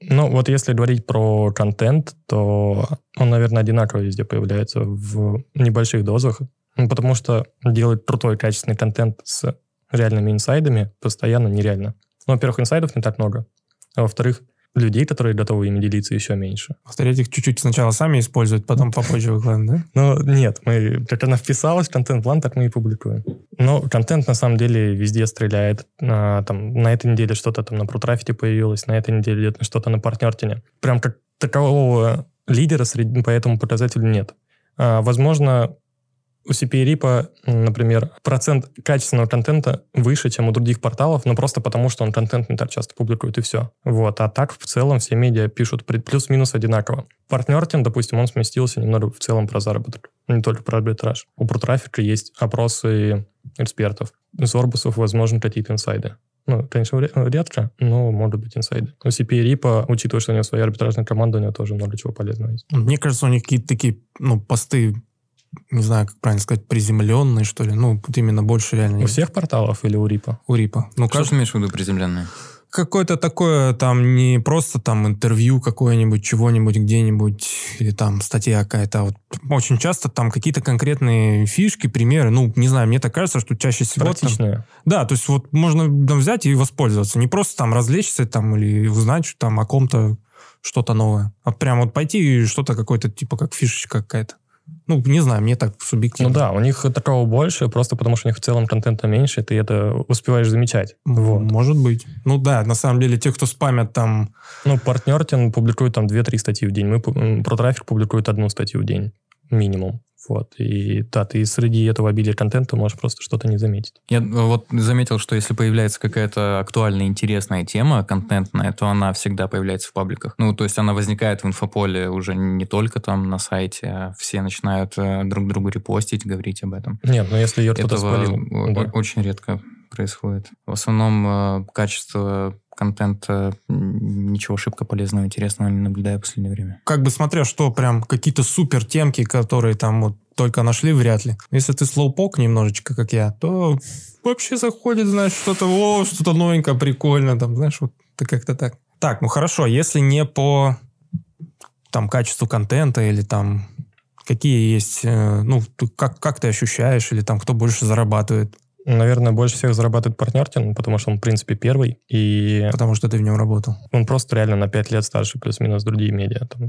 Ну, вот если говорить про контент, то он, наверное, одинаково везде появляется в небольших дозах, потому что делать крутой, качественный контент с реальными инсайдами постоянно нереально. Ну, во-первых, инсайдов не так много, а во-вторых, людей, которые готовы ими делиться, еще меньше. В-третьих, чуть-чуть сначала сами используют, потом попозже выкладывают, да? Ну, нет, как она вписалась в контент-план, так мы и публикуем. Но контент, на самом деле, везде стреляет. Там, на этой неделе что-то там на ProTraffic появилось, на этой неделе что-то на партнертине. Прям как такового лидера по этому показателю нет. Возможно, у CPA-RIP, например, процент качественного контента выше, чем у других порталов, но просто потому, что он контент не так часто публикует, и все. Вот. А так, в целом, все медиа пишут плюс-минус одинаково. Партнертин, допустим, он сместился немного в целом про заработок, не только про арбитраж. У ProTraffic есть опросы экспертов. Из Орбусов, возможно, какие-то инсайды. Ну, конечно, редко, но могут быть инсайды. У CPA-RIP, учитывая, что у него своя арбитражная команда, у него тоже много чего полезного есть. Мне кажется, у них какие-то такие, посты, не знаю, как правильно сказать, приземленные, что ли. Ну, вот именно больше реально. У всех порталов или у РИПа? У РИПа. Ну, что ты имеешь в виду приземленные? Какое-то такое, там, не просто там интервью какое-нибудь, чего-нибудь где-нибудь, или там статья какая-то. Вот. Очень часто там какие-то конкретные фишки, примеры. Ну, не знаю, мне так кажется, что чаще всего... Практичные. Да, то есть вот можно там взять и воспользоваться. Не просто там развлечься там или узнать что там о ком-то что-то новое, а прям вот пойти и что-то какое-то, типа как фишечка какая-то. Ну, не знаю, мне так субъективно. Ну да, у них такого больше, просто потому что у них в целом контента меньше, и ты это успеваешь замечать. Вот. Может быть. Ну да, на самом деле, те, кто спамят там... Ну, партнертин публикует там 2-3 статьи в день. ProTraffic публикует 1 статью в день минимум. Вот. И да, ты среди этого обилия контента можешь просто что-то не заметить. Я вот заметил, что если появляется какая-то актуальная, интересная тема контентная, то она всегда появляется в пабликах. Ну, то есть она возникает в инфополе уже не только там на сайте, а все начинают друг другу репостить, говорить об этом. Нет, но если ее кто-то спалил. Да. Очень редко происходит. В основном качество контента ничего шибко полезного, интересного не наблюдаю в последнее время. Как бы смотря что, прям какие-то супер темки, которые там вот только нашли, вряд ли. Если ты слоупок немножечко, как я, то вообще заходит, знаешь, что-то новенькое, прикольно, там, знаешь, вот как-то так. Так, ну хорошо, если не по там качеству контента или там какие есть, как ты ощущаешь, или там кто больше зарабатывает? Наверное, больше всех зарабатывает партнертин, потому что он, в принципе, первый. И потому что ты в нем работал. Он просто реально на 5 лет старше, плюс-минус другие медиа. Там,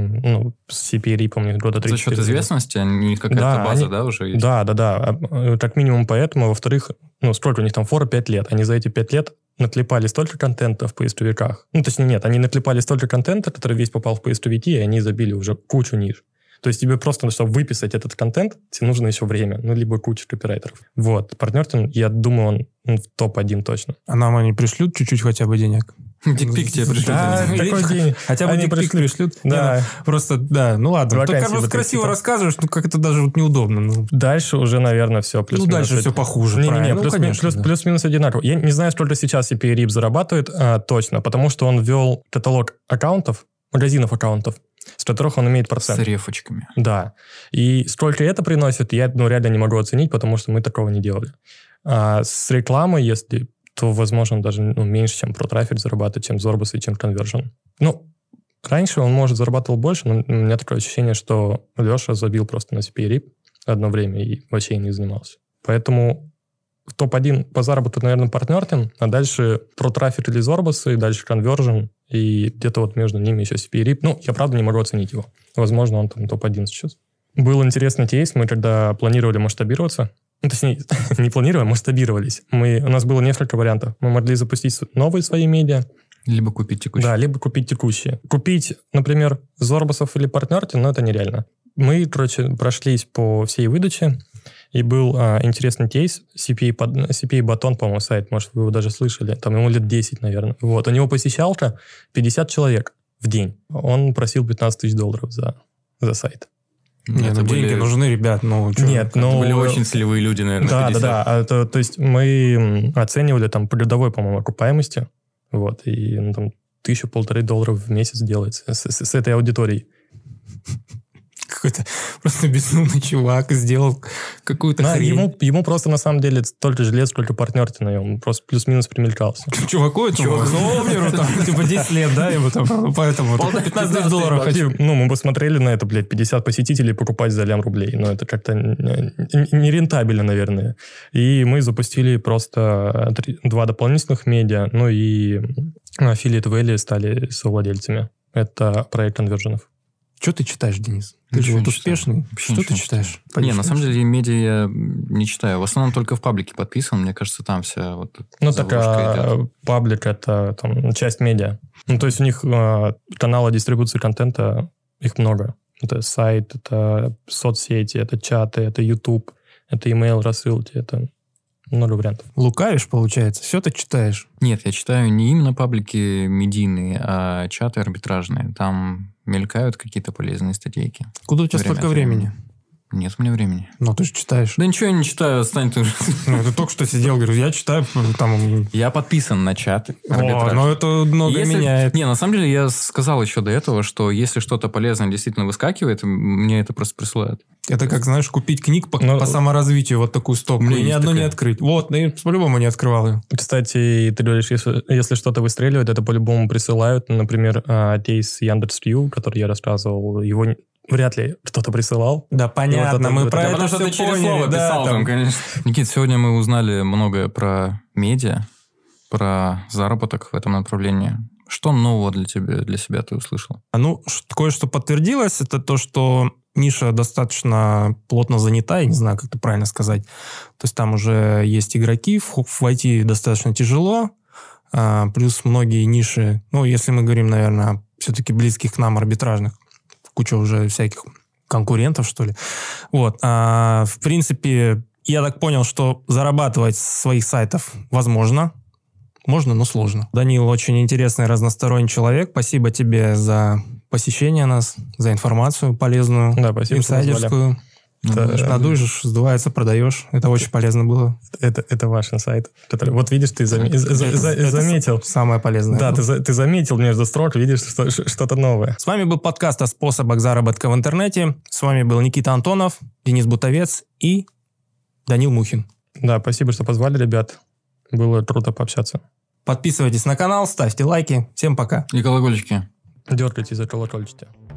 с CPA-RIP у них года 3-4. За счет известности? У них какая-то база, да, уже есть? Да. Как минимум поэтому. Во-вторых, сколько у них там фора? 5 лет. Они за эти 5 лет наклепали столько контента в поисковиках. Точнее, нет, они наклепали столько контента, который весь попал в поисковики, и они забили уже кучу ниш. То есть тебе просто, чтобы выписать этот контент, тебе нужно еще время, либо куча копирайтеров. Вот. Партнертин, я думаю, он в топ-1 точно. А нам они пришлют чуть-чуть хотя бы денег? Дикпик тебе пришлют. Да, такой день. Хотя бы дикпик пришлют. Да. Просто, да, ну ладно. Только просто красиво рассказываешь, как-то даже вот неудобно. Дальше уже, наверное, все плюс-минус. Дальше все похуже, правильно. Плюс-минус одинаково. Я не знаю, сколько сейчас CPA-RIP зарабатывает точно, потому что он ввел каталог аккаунтов, магазинов аккаунтов, с которых он имеет процент. С рефочками. Да. И сколько это приносит, я реально не могу оценить, потому что мы такого не делали. А с рекламой, если, то, возможно, даже меньше, чем ProTraffic зарабатывает, чем Zorbus и чем Conversion. Раньше он, может, зарабатывал больше, но у меня такое ощущение, что Леша забил просто на CPA-RIP одно время и вообще не занимался. Поэтому в топ-1 по заработку, наверное, партнертин, а дальше ProTraffic или Zorbus, и дальше Conversion, и где-то вот между ними еще CPA-RIP. Я, правда, не могу оценить его. Возможно, он там топ-1 сейчас. Был интересный кейс. Мы когда планировали масштабироваться, точнее, не планировали, масштабировались. У нас было несколько вариантов. Мы могли запустить новые свои медиа. Либо купить текущие. Да, либо купить текущие. Купить, например, Zorbus'ов или партнертин, это нереально. Мы, прошлись по всей выдаче, и был интересный кейс, CPA Baton, по-моему, сайт, может, вы его даже слышали, там ему лет 10, наверное. Вот, у него посещалка 50 человек в день. Он просил $15 000 за сайт. Нет, деньги нужны, ребят. Это были очень целевые люди, наверное. Да. То есть мы оценивали там по годовой, по-моему, окупаемости, вот, и там $1,500 в месяц делается с этой аудиторией. какой-то просто безумный чувак сделал какую-то хрень. Ему просто на самом деле столько же лет, сколько партнер ты на нем. Плюс-минус примелькался. Чуваку этому Зомеру, там, типа 10 лет, да, ему там, поэтому $15 хочу. Ну, мы посмотрели на это, 50 посетителей покупать за $1 лям. Но это как-то нерентабельно, наверное. И мы запустили просто 2 дополнительных медиа, и Affiliate Valley стали совладельцами. Это проект конверженов. Что ты читаешь, Денис? Ты же вот успешный. Что ты читаешь? Не, на самом деле медиа я не читаю. В основном только в паблике подписан. Мне кажется, там вся вот паблик — это там часть медиа. То есть у них каналы дистрибуции контента, их много. Это сайт, это соцсети, это чаты, это YouTube, это email рассылки, это много вариантов. Лукавишь, получается? Все ты читаешь? Нет, я читаю не именно паблики медийные, а чаты арбитражные. Там мелькают какие-то полезные статейки. Куда у тебя столько времени? Нет у меня времени. Но ты же читаешь. Да ничего я не читаю, отстань ты уже. Ты только что сидел, говорю, я читаю там... Я подписан на чат арбитражный. Но это много меняет. Не, на самом деле я сказал еще до этого, что если что-то полезное действительно выскакивает, мне это просто присылают. Это как, знаешь, купить книг по саморазвитию, вот такую стопку, и ни одну не открыть. Вот, и по-любому не открывал ее. Кстати, ты говоришь, если что-то выстреливает, это по-любому присылают. Например, кейс Яндекс.Кью, который я рассказывал, его вряд ли кто-то присылал. Да, понятно, мы про это потому что ты через слово писал там, конечно. Никит, сегодня мы узнали многое про медиа, про заработок в этом направлении. Что нового для себя ты услышал? Кое-что подтвердилось. Это то, что ниша достаточно плотно занята, я не знаю, как это правильно сказать. То есть там уже есть игроки, войти достаточно тяжело, плюс многие ниши, если мы говорим, наверное, все-таки близких к нам арбитражных, куча уже всяких конкурентов, что ли. Вот. В принципе, я так понял, что зарабатывать с своих сайтов возможно. Можно, но сложно. Данил очень интересный, разносторонний человек. Спасибо тебе за посещение нас, за информацию полезную, спасибо, инсайдерскую. Надуешь, сдувается, продаешь. Это очень полезно было. Это ваш инсайт. Вот видишь, ты заметил. Самое полезное. Да, ты заметил между строк, видишь что-то новое. С вами был подкаст о способах заработка в интернете. С вами был Никита Антонов, Денис Бутовец и Данил Мухин. Да, спасибо, что позвали, ребят. Было круто пообщаться. Подписывайтесь на канал, ставьте лайки. Всем пока. И колокольчики. Дергайте за колокольчики.